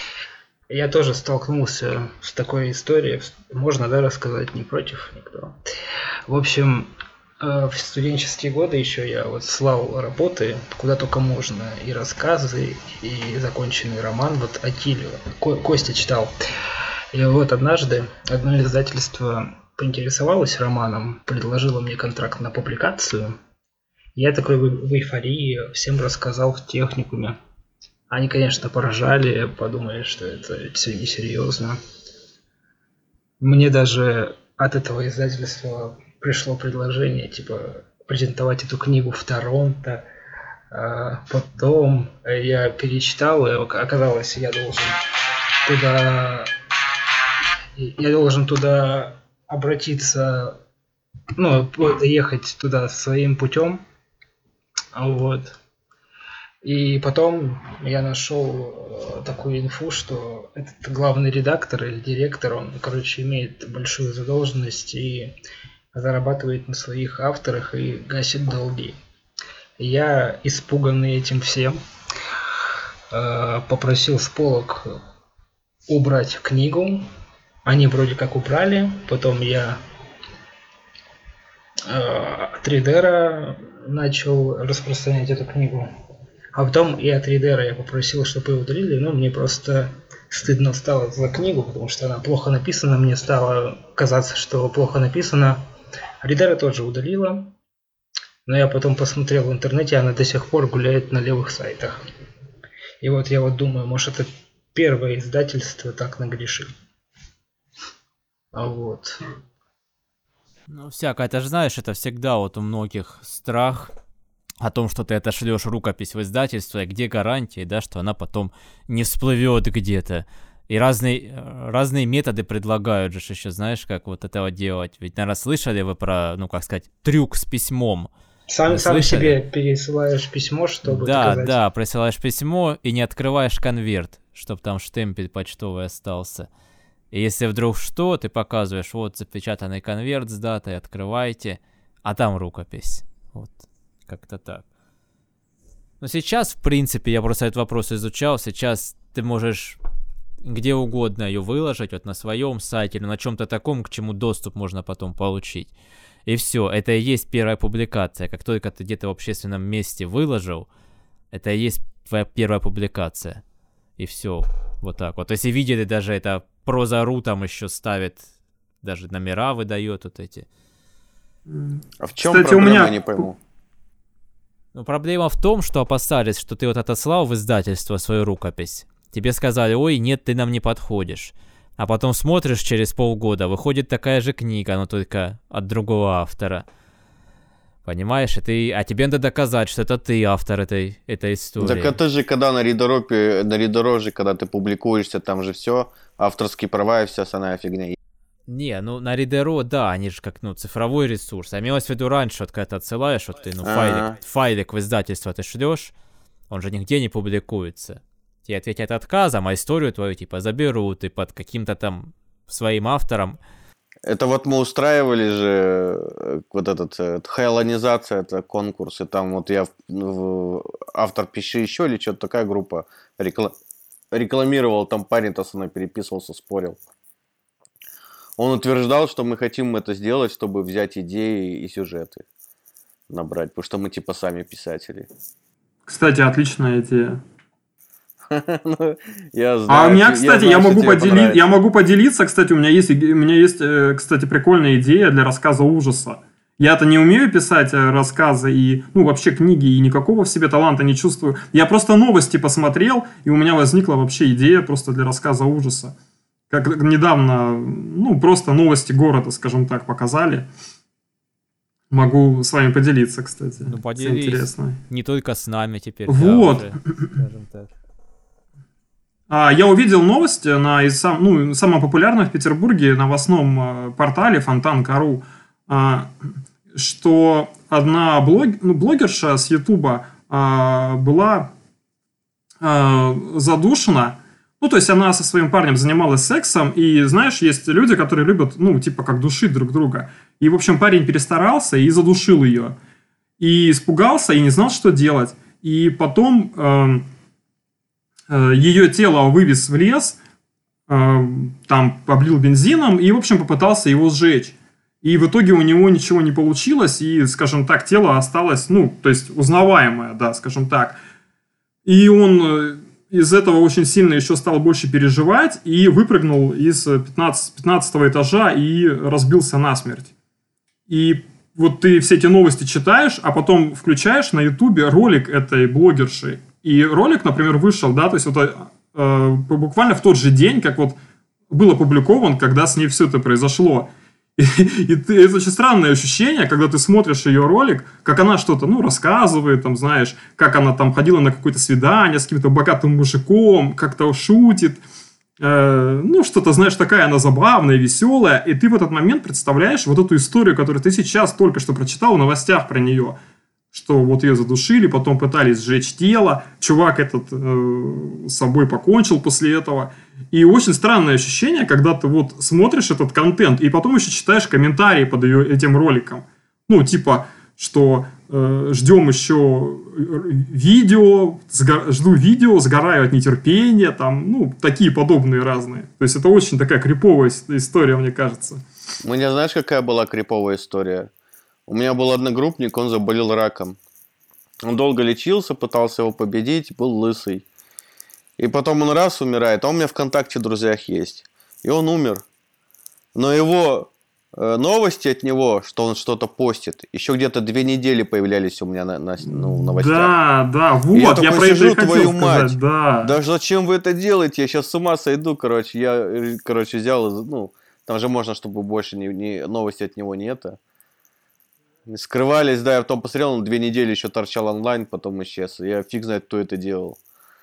Speaker 5: Я тоже столкнулся с такой историей. Можно, да, рассказать, не против никто. В общем, э, в студенческие годы еще я вот слал работы куда только можно. И рассказы, и законченный роман. Вот Атилию. Ко- Костя читал. И вот однажды одно издательство поинтересовалось романом, предложило мне контракт на публикацию. Я такой в в эйфории всем рассказал в техникуме. Они, конечно, поражали, подумали, что это все несерьезно. Мне даже от этого издательства пришло предложение, типа, презентовать эту книгу в Торонто. А потом я перечитал, и оказалось, я должен туда... Я должен туда обратиться, ну, ехать туда своим путем. Вот. И потом я нашел такую инфу, что этот главный редактор или директор, он, короче, имеет большую задолженность и зарабатывает на своих авторах и гасит долги. Я, испуганный этим всем, попросил с полок убрать книгу. Они вроде как убрали. Потом я от Ридера начал распространять эту книгу. А потом и от Ридера я попросил, чтобы ее удалили, но мне просто стыдно стало за книгу, потому что она плохо написана, мне стало казаться, что плохо написано. Ридера тоже удалила, но я потом посмотрел в интернете, она до сих пор гуляет на левых сайтах. И вот я вот думаю, может, это первое издательство так нагрешит. А вот.
Speaker 1: Ну, всякое, это же знаешь, это всегда вот у многих страх о том, что ты отошлешь рукопись в издательство, и где гарантии, да, что она потом не всплывет где-то. И разные, разные методы предлагают же еще, знаешь, как вот этого делать. Ведь, наверное, слышали вы про, ну, как сказать, трюк с письмом.
Speaker 5: Сам,
Speaker 1: Вы
Speaker 5: сам
Speaker 1: слышали?
Speaker 5: себе пересылаешь письмо, чтобы
Speaker 1: Да,
Speaker 5: доказать.
Speaker 1: да, присылаешь письмо и не открываешь конверт, чтобы там штемпель почтовый остался. И если вдруг что, ты показываешь, вот запечатанный конверт с датой, открывайте, а там рукопись. Вот, как-то так. Но сейчас, в принципе, я просто этот вопрос изучал, сейчас ты можешь где угодно ее выложить, вот на своем сайте или на чем-то таком, к чему доступ можно потом получить. И все, это и есть первая публикация. Как только ты где-то в общественном месте выложил, это и есть твоя первая публикация. И все, вот так вот. Если видели, даже это Проза.ру там еще ставит, даже номера выдает вот эти.
Speaker 2: А в чем
Speaker 4: Кстати, у
Speaker 2: проблема,
Speaker 4: меня-
Speaker 2: я не пойму.
Speaker 1: Ну, проблема в том, что опасались, что ты вот отослал в издательство свою рукопись. Тебе сказали, ой, нет, ты нам не подходишь. А потом смотришь через полгода, выходит такая же книга, но только от другого автора. Понимаешь, и ты, а тебе надо доказать, что это ты автор этой, этой истории.
Speaker 2: Так это же когда на Ридоропе, на Ридороже, когда ты публикуешься, там же все, авторские права и вся остальная фигня.
Speaker 1: Не, ну на Ридеро, да, они же как, ну, цифровой ресурс. А имелось в виду раньше, вот когда ты отсылаешь, вот ты, ну, файлик, файлик в издательство ты шлешь, он же нигде не публикуется. Тебе ответят отказом, а историю твою, типа, заберут и под каким-то там своим автором.
Speaker 2: Это вот мы устраивали же вот этот хайлонизация, это конкурс, и там вот я в, автор «Пиши еще» или что-то такая группа рекла... рекламировал, там парень-то со мной переписывался, спорил. Он утверждал, что мы хотим это сделать, чтобы взять идеи и сюжеты набрать, потому что мы типа сами писатели.
Speaker 4: Кстати, отличная идея.
Speaker 2: Я знаю,
Speaker 4: а у меня, кстати, я, знаю, я, могу подели... я могу поделиться, кстати, у меня есть, у меня есть, кстати, прикольная идея для рассказа ужаса. Я-то не умею писать рассказы и, ну, вообще книги, и никакого в себе таланта не чувствую. Я просто новости посмотрел, и у меня возникла вообще идея просто для рассказа ужаса. Как недавно, ну, просто новости города, скажем так, показали. Могу с вами поделиться, кстати.
Speaker 1: Ну, поделись.
Speaker 4: Интересно.
Speaker 1: Не только с нами теперь.
Speaker 4: Вот.
Speaker 1: Да, уже, скажем так.
Speaker 4: А, я увидел новость на из сам, ну, самом популярном в Петербурге новостном портале фонтан точка ру, а, что одна блог, ну, блогерша с Ютуба а, была а, задушена. Ну, то есть она со своим парнем занималась сексом, и, знаешь, есть люди, которые любят, ну, типа, как душить друг друга. И, в общем, парень перестарался и задушил ее. И испугался, и не знал, что делать. И потом э, э, ее тело вывез в лес, э, там облил бензином и, в общем, попытался его сжечь. И в итоге у него ничего не получилось, и, скажем так, тело осталось, ну, то есть узнаваемое, да, скажем так. И он из этого очень сильно еще стал больше переживать и выпрыгнул из пятнадцатого этажа и разбился насмерть. И вот ты все эти новости читаешь, а потом включаешь на Ютубе ролик этой блогерши. И ролик, например, вышел, да, то есть вот э, буквально в тот же день, как вот был опубликован, когда с ней все это произошло. И, и ты, это очень странное ощущение, когда ты смотришь ее ролик, как она что-то, ну, рассказывает, там, знаешь, как она там ходила на какое-то свидание с каким-то богатым мужиком, как-то шутит, э, ну, что-то, знаешь, такая она забавная, веселая, и ты в этот момент представляешь вот эту историю, которую ты сейчас только что прочитал в новостях про нее, что вот ее задушили, потом пытались сжечь тело, чувак этот э, с собой покончил после этого. И очень странное ощущение, когда ты вот смотришь этот контент, и потом еще читаешь комментарии под ее, этим роликом. Ну, типа, что э, ждем еще видео, сго- жду видео, сгораю от нетерпения, там, ну, такие подобные разные. То есть, это очень такая криповая история, мне кажется.
Speaker 2: У меня, знаешь, какая была криповая история? У меня был одногруппник, он заболел раком. Он долго лечился, пытался его победить, был лысый. И потом он раз умирает, а он у меня ВКонтакте в друзьях есть. И он умер. Но его э, новости от него, что он что-то постит, еще где-то две недели появлялись у меня на, на ну, новостях.
Speaker 4: Да, да, вот,
Speaker 2: я,
Speaker 4: я про это и хотел
Speaker 2: твою
Speaker 4: сказать,
Speaker 2: мать.
Speaker 4: Да.
Speaker 2: Да зачем вы это делаете? Я сейчас с ума сойду, короче. Я, короче, взял, ну, там же можно, чтобы больше не, не, новости от него не это. Скрывались, да, я потом посмотрел, он две недели еще торчал онлайн, потом исчез. Я фиг знает, кто это делал.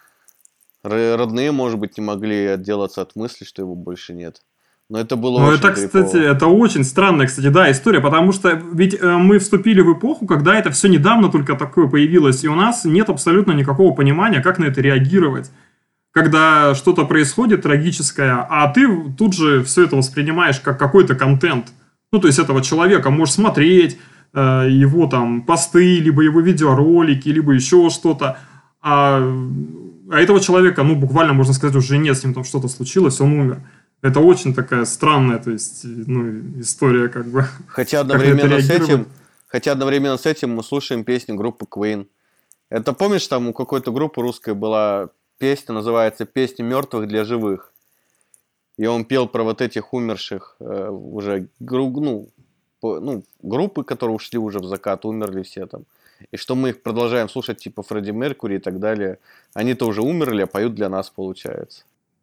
Speaker 2: Родные, может быть, не могли отделаться от мысли, что его больше нет. Но это было
Speaker 4: Ну,
Speaker 2: очень
Speaker 4: это,
Speaker 2: крипово.
Speaker 4: кстати, это очень странная, кстати, да, история, потому что ведь э, мы вступили в эпоху, когда это все недавно только такое появилось, и у нас нет абсолютно никакого понимания, как на это реагировать. Когда что-то происходит трагическое, а ты тут же все это воспринимаешь как какой-то контент. Ну, то есть, этого человека можешь смотреть, э, его там посты, либо его видеоролики, либо еще что-то. А, а этого человека, ну, буквально, можно сказать, уже нет, с ним там что-то случилось, он умер. Это очень такая странная, то есть, ну, история, как бы.
Speaker 2: Хотя одновременно с этим, хотя одновременно с этим мы слушаем песню группы Queen. Это помнишь, там у какой-то группы русской была песня, называется «Песня мертвых для живых». И он пел про вот этих умерших э, уже, ну, по, ну, группы, которые ушли уже в закат, умерли все там. и что мы их продолжаем слушать, типа Фредди Меркьюри и так далее. Они-то уже умерли, а поют для нас, получается.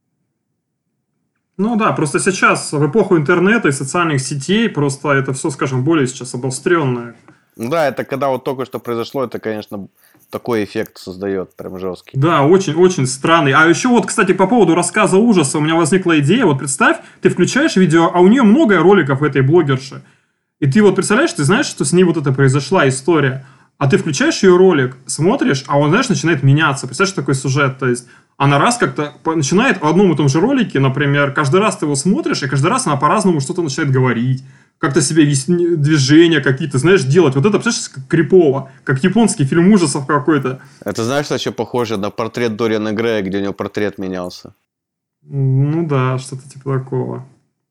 Speaker 4: Ну да, просто сейчас, в эпоху интернета и социальных сетей, просто это все, скажем, более сейчас обостренное.
Speaker 2: Ну да, это когда вот только что произошло, это, конечно, такой эффект создает, прям жесткий.
Speaker 4: Да, очень-очень странный. А еще вот, кстати, по поводу рассказа ужаса у меня возникла идея. Вот представь, ты включаешь видео, а у нее много роликов этой блогерши. И ты вот представляешь, ты знаешь, что с ней вот это произошла история. А ты включаешь ее ролик, смотришь, а он, знаешь, начинает меняться. Представляешь, такой сюжет, то есть она раз как-то начинает в одном и том же ролике, например, каждый раз ты его смотришь, и каждый раз она по-разному что-то начинает говорить, как-то себе вести, движения какие-то, знаешь, делать. Вот это, представляешь, как крипово, как японский фильм ужасов какой-то.
Speaker 2: Это, знаешь, что еще похоже на портрет Дориана Грея, где у него портрет менялся?
Speaker 4: Ну да, что-то типа такого.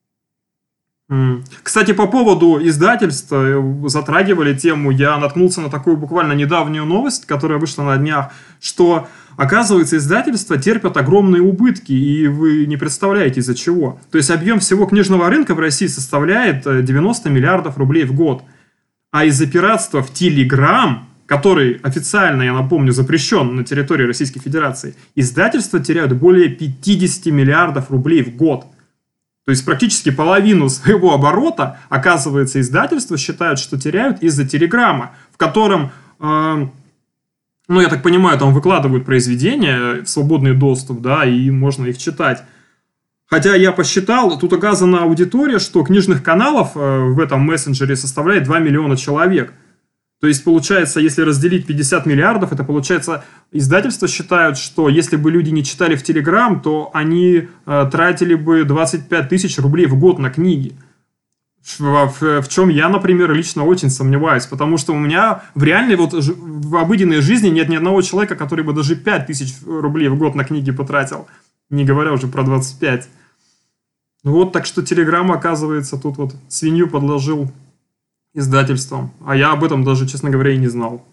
Speaker 4: Кстати, по поводу издательства, затрагивали тему, я наткнулся на такую буквально недавнюю новость, которая вышла на днях, что, оказывается, издательства терпят огромные убытки, и вы не представляете из-за чего. То есть объем всего книжного рынка в России составляет девяносто миллиардов рублей в год. А из-за пиратства в Telegram, который официально, я напомню, запрещен на территории Российской Федерации, издательства теряют более пятьдесят миллиардов рублей в год. То есть практически половину своего оборота, оказывается, издательства считают, что теряют из-за Телеграма, в котором, э, ну, я так понимаю, там выкладывают произведения в свободный доступ, да, и можно их читать. Хотя я посчитал, тут указана аудитория, что книжных каналов э, в этом мессенджере составляет два миллиона человек. То есть, получается, если разделить пятьдесят миллиардов, это получается, издательства считают, что если бы люди не читали в Telegram, то они э, тратили бы двадцать пять тысяч рублей в год на книги. В, в, в чем я, например, лично очень сомневаюсь, потому что у меня в реальной, вот в обыденной жизни нет ни одного человека, который бы даже пять тысяч рублей в год на книги потратил, не говоря уже про двадцать пять. Вот, так что Telegram, оказывается, тут вот свинью подложил издательством. А я об этом даже, честно говоря, и не знал.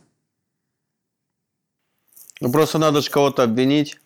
Speaker 2: Ну, просто надо же кого-то обвинить.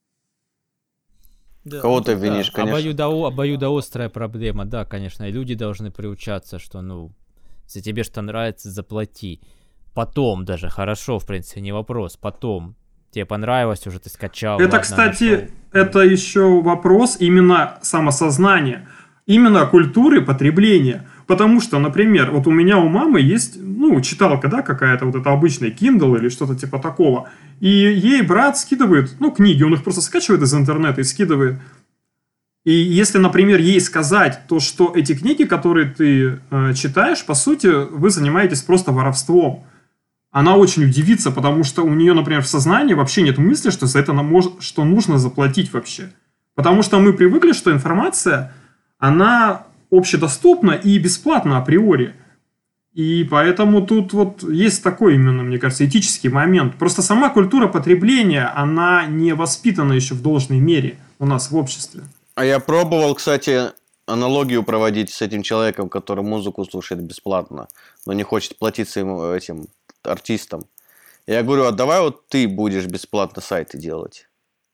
Speaker 1: Да,
Speaker 2: Кого ты
Speaker 1: ну,
Speaker 2: обвинишь,
Speaker 1: да.
Speaker 2: конечно.
Speaker 1: Обоюдо, обоюдоострая проблема, да, конечно. И люди должны приучаться, что, ну, если тебе что нравится, заплати. Потом даже, хорошо, в принципе, не вопрос. Потом. Тебе понравилось, уже ты скачал.
Speaker 4: Это,
Speaker 1: ладно,
Speaker 4: кстати,
Speaker 1: нашел.
Speaker 4: это еще вопрос именно самосознания. Именно культуры потребления. Потому что, например, вот у меня у мамы есть, ну, читалка, да, какая-то вот это обычная Kindle или что-то типа такого. И ей брат скидывает, ну, книги, он их просто скачивает из интернета и скидывает. И если, например, ей сказать то, что эти книги, которые ты э, читаешь, по сути, вы занимаетесь просто воровством. Она очень удивится, потому что у нее, например, в сознании вообще нет мысли, что за это нам может, что нужно заплатить вообще. Потому что мы привыкли, что информация, она общедоступна и бесплатна априори. И поэтому тут вот есть такой именно, мне кажется, этический момент. Просто сама культура потребления, она не воспитана еще в должной мере у нас в обществе.
Speaker 2: А я пробовал, кстати, аналогию проводить с этим человеком, который музыку слушает бесплатно, но не хочет платить своим этим артистам. Я говорю, а давай вот ты будешь бесплатно сайты делать.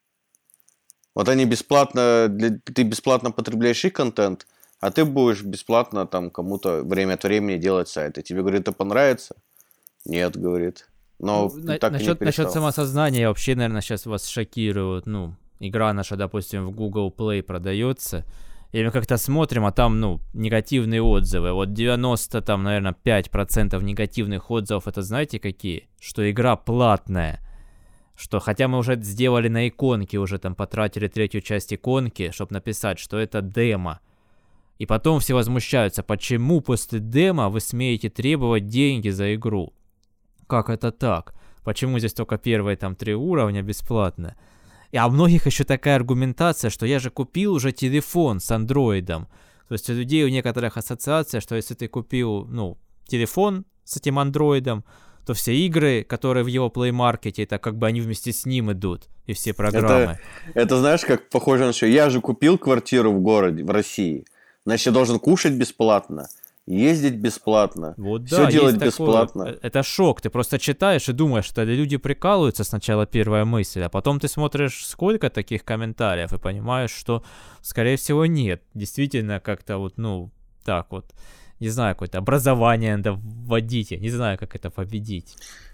Speaker 2: Вот они бесплатно, ты бесплатно потребляешь их контент, а ты будешь бесплатно там кому-то время от времени делать сайты. Тебе, говорит, это понравится? Нет, говорит. Но
Speaker 1: ну,
Speaker 2: так
Speaker 1: насчет,
Speaker 2: и не перестал.
Speaker 1: насчет самосознания вообще, наверное, сейчас вас шокируют. Ну, игра наша, допустим, в Google Play продается, и мы как-то смотрим, а там, ну, негативные отзывы. Вот девяносто, там, наверное, пять процентов негативных отзывов, это знаете какие? Что игра платная. Что, хотя мы уже сделали на иконке, уже там потратили третью часть иконки, чтобы написать, что это демо. И потом все возмущаются, почему после демо вы смеете требовать деньги за игру? Как это так? Почему здесь только первые там три уровня бесплатно? И а у многих еще такая аргументация, что я же купил уже телефон с андроидом. То есть у людей, у некоторых ассоциация, что если ты купил, ну, телефон с этим андроидом, то все игры, которые в его Play Market, это как бы они вместе с ним идут, и все программы.
Speaker 2: Это, это знаешь, как похоже на что? Я же купил квартиру в городе, в России. Значит, я должен кушать бесплатно, ездить бесплатно,
Speaker 1: вот,
Speaker 2: все
Speaker 1: да,
Speaker 2: делать
Speaker 1: такое,
Speaker 2: бесплатно.
Speaker 1: Это шок, ты просто читаешь и думаешь, что люди прикалываются, сначала первая мысль, а потом ты смотришь, сколько таких комментариев, и понимаешь, что, скорее всего, нет. Действительно, как-то вот, ну, так вот, не знаю, какое-то образование надо вводить, я не знаю, как это победить.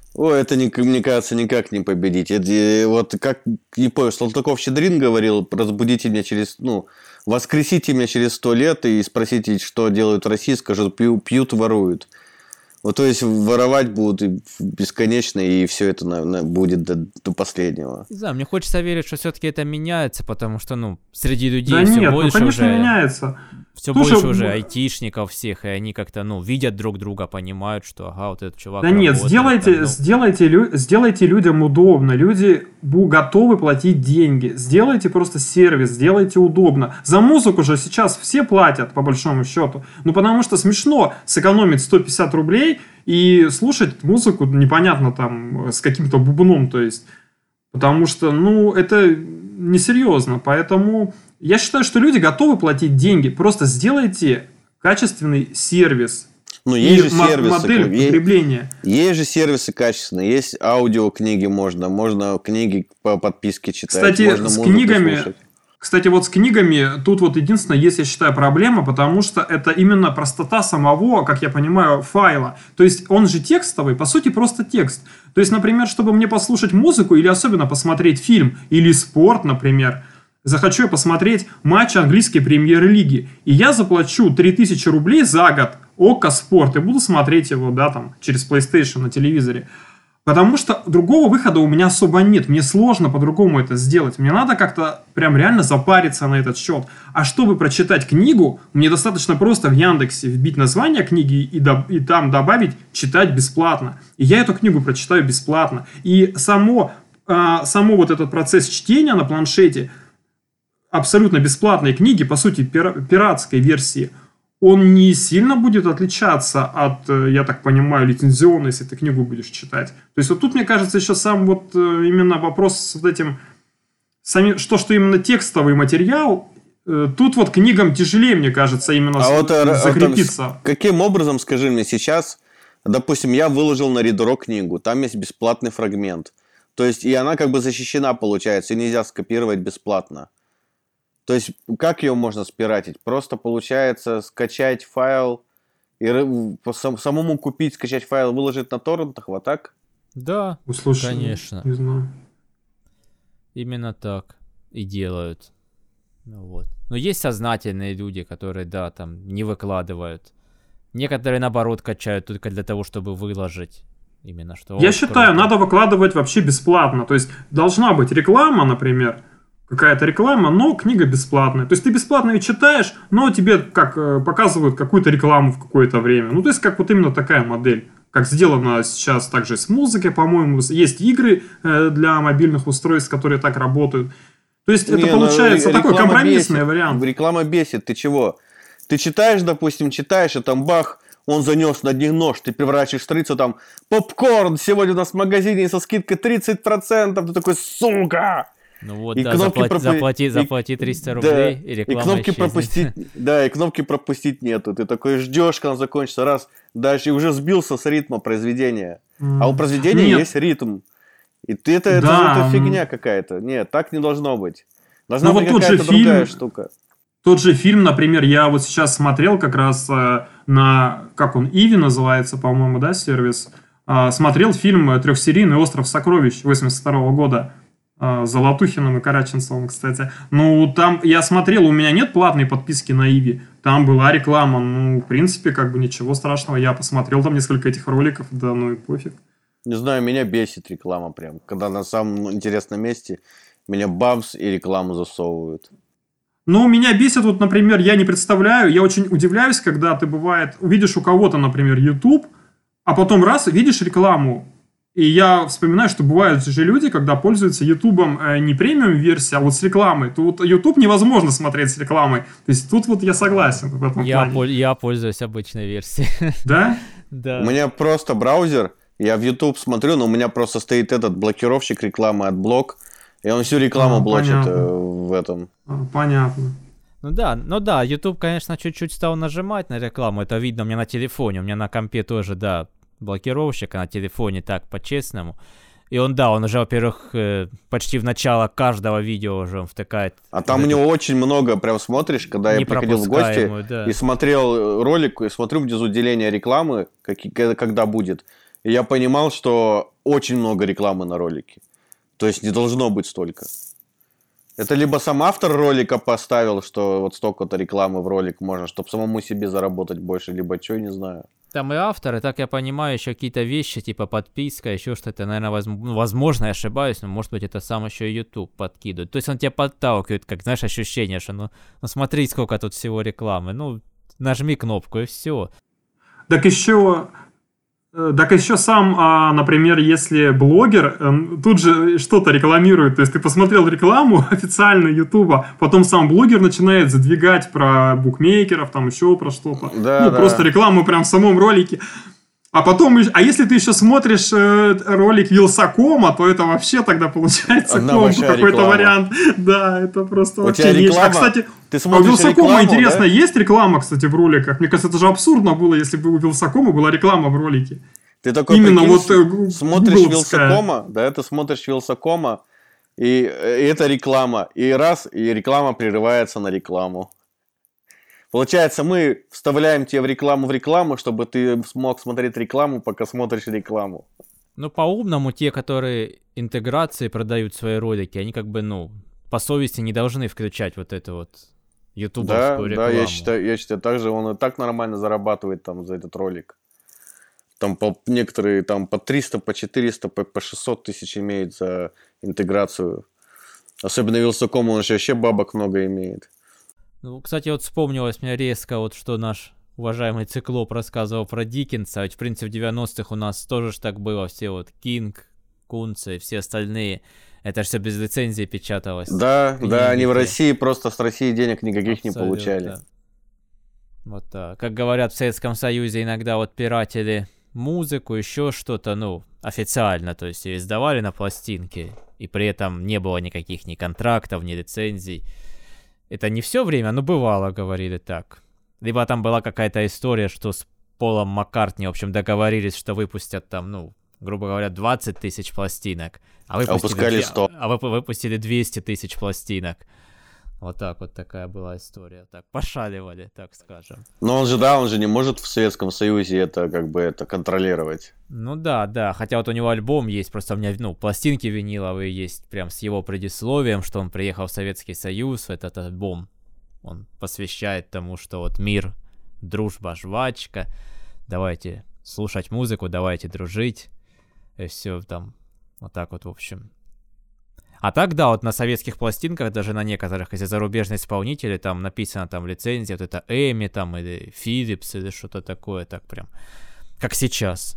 Speaker 2: Ой, это, не, мне кажется, никак не победить. Это, вот как, не помню, Салтыков-Щедрин говорил, разбудите меня через, ну, воскресите меня через сто лет и спросите, что делают в России, скажут, пьют, пьют воруют. Вот, то есть воровать будут бесконечно, и все это на, на, будет до, до последнего.
Speaker 1: Не знаю, мне хочется верить, что все-таки это меняется, потому что, ну, среди людей
Speaker 4: да
Speaker 1: все
Speaker 4: нет,
Speaker 1: больше
Speaker 4: ну, конечно,
Speaker 1: уже...
Speaker 4: меняется.
Speaker 1: Все
Speaker 4: Слушай,
Speaker 1: больше уже
Speaker 4: ну-
Speaker 1: айтишников всех, и они как-то, ну, видят друг друга, понимают, что, ага, вот этот чувак
Speaker 4: Да нет,
Speaker 1: работает,
Speaker 4: сделайте,
Speaker 1: там, ну,
Speaker 4: сделайте, лю- сделайте людям удобно. Люди бу- готовы платить деньги. Сделайте просто сервис, сделайте удобно. За музыку же сейчас все платят, по большому счету. Ну, потому что смешно сэкономить сто пятьдесят рублей и слушать музыку непонятно там с каким-то бубном, то есть. Потому что, ну, это несерьезно. Поэтому я считаю, что люди готовы платить деньги. Просто сделайте качественный сервис.
Speaker 2: Ну,
Speaker 4: И
Speaker 2: есть же
Speaker 4: мо-
Speaker 2: сервисы.
Speaker 4: модель
Speaker 2: как- есть-
Speaker 4: потребления.
Speaker 2: Есть же сервисы качественные, есть аудиокниги можно, можно книги по подписке читать,
Speaker 4: Кстати,
Speaker 2: можно
Speaker 4: с
Speaker 2: музыку
Speaker 4: книгами,
Speaker 2: слушать.
Speaker 4: кстати, вот с книгами тут вот единственное есть, я считаю, проблема, потому что это именно простота самого, как я понимаю, файла. То есть он же текстовый, по сути, просто текст. То есть, например, чтобы мне послушать музыку или особенно посмотреть фильм или спорт, например, захочу я посмотреть матч английской премьер-лиги, и я заплачу три тысячи рублей за год ОККО Спорт и буду смотреть его, да, там, через PlayStation на телевизоре. Потому что другого выхода у меня особо нет. Мне сложно по-другому это сделать. Мне надо как-то прям реально запариться на этот счет. А чтобы прочитать книгу, мне достаточно просто в Яндексе вбить название книги и, до- и там добавить «читать бесплатно». И я эту книгу прочитаю бесплатно. И само, а, само вот этот процесс чтения на планшете абсолютно бесплатной книги, по сути, пира- пиратской версии, он не сильно будет отличаться от, э, я так понимаю, лицензионной, если ты книгу будешь читать. То есть вот тут, мне кажется, еще сам вот э, именно вопрос с вот этим, сами, что, что именно текстовый материал, э, тут вот книгам тяжелее, мне кажется, именно
Speaker 2: А
Speaker 4: с-
Speaker 2: вот, э, р-
Speaker 4: закрепиться.
Speaker 2: там с- каким образом, скажи мне, сейчас, допустим, я выложил на Reader книгу, там есть бесплатный фрагмент. То есть, и она как бы защищена, получается, и нельзя скопировать бесплатно. То есть, как ее можно спиратить? Просто, получается, скачать файл и ры- по сам- самому купить, скачать файл, выложить на торрентах, вот так?
Speaker 1: да,
Speaker 4: Слушай,
Speaker 1: конечно.
Speaker 4: Не знаю.
Speaker 1: именно так и делают. Ну вот. Но есть сознательные люди, которые, да, там, не выкладывают. Некоторые, наоборот, качают только для того, чтобы выложить. Именно что...
Speaker 4: Я
Speaker 1: вот,
Speaker 4: считаю,
Speaker 1: круто.
Speaker 4: надо выкладывать вообще бесплатно. То есть должна быть реклама, например, какая-то реклама, но книга бесплатная. То есть ты бесплатно ее читаешь, но тебе как э, показывают какую-то рекламу в какое-то время. Ну, то есть как вот именно такая модель. Как сделано сейчас также с музыкой, по-моему. Есть игры э, для мобильных устройств, которые так работают. То есть это
Speaker 2: Не, ну,
Speaker 4: получается
Speaker 2: ре-
Speaker 4: такой
Speaker 2: реклама
Speaker 4: компромиссный
Speaker 2: бесит.
Speaker 4: вариант.
Speaker 2: Реклама бесит, ты чего? Ты читаешь, допустим, читаешь, а там бах, он занес над ним нож, ты переворачиваешь страницу, там попкорн, сегодня у нас в магазине со скидкой тридцать процентов, ты такой, сука!
Speaker 1: Ну вот,
Speaker 2: И
Speaker 1: да,
Speaker 2: кнопки
Speaker 1: заплати,
Speaker 2: пропу-
Speaker 1: заплати,
Speaker 2: и-
Speaker 1: заплати триста
Speaker 2: Да,
Speaker 1: рублей, и
Speaker 2: и
Speaker 1: реклама
Speaker 2: кнопки
Speaker 1: исчезнет.
Speaker 2: пропустить, да, и кнопки пропустить нету. Ты такой ждешь, когда он закончится, раз, дальше и уже сбился с ритма произведения. А у произведения
Speaker 4: Нет.
Speaker 2: есть ритм. И ты это, это,
Speaker 4: Да,
Speaker 2: это
Speaker 4: м.
Speaker 2: фигня какая-то. Нет, так не должно быть. Должна
Speaker 4: Ну
Speaker 2: быть
Speaker 4: вот тот же
Speaker 2: какая-то другая
Speaker 4: фильм-
Speaker 2: штука.
Speaker 4: Тот же фильм, например, я вот сейчас смотрел как раз э, на, как он, Иви называется, по-моему, да, сервис. Э, смотрел фильм трехсерийный «Остров сокровищ» восемьдесят второго года. э, с Золотухиным и Караченцовым, кстати. Ну, там, я смотрел, у меня нет платной подписки на Иви. Там была реклама, ну, в принципе, как бы ничего страшного. Я посмотрел там несколько этих роликов, да, ну и пофиг.
Speaker 2: Не знаю, меня бесит реклама прям. Когда на самом интересном месте меня бамс и рекламу засовывают.
Speaker 4: Ну, меня бесит, вот, например, я не представляю, я очень удивляюсь, когда ты, бывает, увидишь у кого-то, например, YouTube, а потом раз, видишь рекламу, и я вспоминаю, что бывают же люди, когда пользуются YouTube э, не премиум-версия, а вот с рекламой. Тут YouTube невозможно смотреть с рекламой. То есть тут вот я согласен в этом
Speaker 1: Я,
Speaker 4: плане.
Speaker 1: пол- я пользуюсь обычной версией.
Speaker 4: Да?
Speaker 1: Да.
Speaker 2: У меня просто браузер, я в YouTube смотрю, но у меня просто стоит этот блокировщик рекламы от блок, и он всю рекламу
Speaker 4: А,
Speaker 2: блочит
Speaker 4: понятно.
Speaker 2: э, в этом.
Speaker 4: А, Понятно.
Speaker 1: Ну да, ну да, YouTube, конечно, чуть-чуть стал нажимать на рекламу. Это видно у меня на телефоне. У меня на компе тоже, да, блокировщик, а на телефоне так, по-честному. И он, да, он уже, во-первых, э, почти в начало каждого видео уже он втыкает.
Speaker 2: А там у
Speaker 1: вот
Speaker 2: него очень много, прям смотришь, когда я приходил в гости
Speaker 1: непропускаемую, да.
Speaker 2: и смотрел э, ролик, и смотрю внизу деление рекламы, каки- когда когда будет. и я понимал, что очень много рекламы на ролике. То есть не должно быть столько. Это либо сам автор ролика поставил, что вот столько-то рекламы в ролик можно, чтобы самому себе заработать больше, либо что, не знаю.
Speaker 1: Там и авторы, так я понимаю, еще какие-то вещи, типа подписка, еще что-то, наверное, воз... ну, возможно, я ошибаюсь, но может быть это сам еще и YouTube подкидывает. То есть он тебя подталкивает, как, знаешь, ощущение, что ну, ну смотри, сколько тут всего рекламы, ну нажми кнопку и все.
Speaker 4: Так еще... Так еще сам, а, например, если блогер э, тут же что-то рекламирует, то есть ты посмотрел рекламу официально Ютуба, потом сам блогер начинает задвигать про букмекеров, там еще про что-то,
Speaker 2: да,
Speaker 4: ну
Speaker 2: да.
Speaker 4: просто рекламу прям в самом ролике. А потом, а если ты еще смотришь э, ролик Вилсакома, то это вообще тогда получается комбо, какой-то
Speaker 2: реклама.
Speaker 4: Вариант. Да, это просто
Speaker 2: У
Speaker 4: вообще
Speaker 2: тебя реклама,
Speaker 4: а, кстати,
Speaker 2: ты
Speaker 4: а у Вилсакома,
Speaker 2: рекламу,
Speaker 4: интересно,
Speaker 2: да?
Speaker 4: есть реклама, кстати, в роликах? Мне кажется, это же абсурдно было, если бы у Вилсакома была реклама в ролике.
Speaker 2: Ты такой,
Speaker 4: именно
Speaker 2: прикинь,
Speaker 4: вот
Speaker 2: смотришь Вилсакома, да, ты смотришь Вилсакома, и, и это реклама, и раз, и реклама прерывается на рекламу. Получается, мы вставляем тебе в рекламу в рекламу, чтобы ты смог смотреть рекламу, пока смотришь рекламу.
Speaker 1: Ну, по-умному, те, которые интеграции продают свои ролики, они как бы, ну, по совести не должны включать вот эту вот ютубовскую
Speaker 2: да,
Speaker 1: рекламу.
Speaker 2: Да, я считаю, я считаю, также он и так нормально зарабатывает там за этот ролик. Там по, некоторые там по триста, по четыреста, по, по шестьсот тысяч имеют за интеграцию. Особенно Вилсаком, он же вообще бабок много имеет.
Speaker 1: Ну, кстати, вот вспомнилось мне резко, вот что наш уважаемый Циклоп рассказывал про Диккенса. Ведь, в принципе, в девяностых у нас тоже ж так было. Все вот Кинг, Кунце и все остальные. Это же все без лицензии печаталось.
Speaker 2: Да,
Speaker 1: книги,
Speaker 2: да, они в
Speaker 1: где...
Speaker 2: России просто с России денег никаких
Speaker 1: Абсолютно.
Speaker 2: Не получали.
Speaker 1: Вот так. Как говорят в Советском Союзе, иногда вот пиратели музыку, еще что-то, ну, официально, то есть ее издавали на пластинке, и при этом не было никаких ни контрактов, ни лицензий. Это не все время, но бывало, говорили так. Либо там была какая-то история, что с Полом Маккартни, в общем, договорились, что выпустят там, ну, грубо говоря, двадцать тысяч пластинок, а выпустили,
Speaker 2: а сто.
Speaker 1: А вы, выпустили двести тысяч пластинок. Вот так вот такая была история. Так, пошаливали, так скажем.
Speaker 2: Но он же, да, он же не может в Советском Союзе это, как бы, это контролировать.
Speaker 1: Ну да, да, хотя вот у него альбом есть, просто у меня, ну, пластинки виниловые есть, прям с его предисловием, что он приехал в Советский Союз, этот альбом он посвящает тому, что вот мир, дружба, жвачка, давайте слушать музыку, давайте дружить, и все там, вот так вот, в общем. А так, да, вот на советских пластинках, даже на некоторых, если зарубежные исполнители, там написано там лицензия, вот это Эми там, или Philips, или что-то такое, так прям, как сейчас.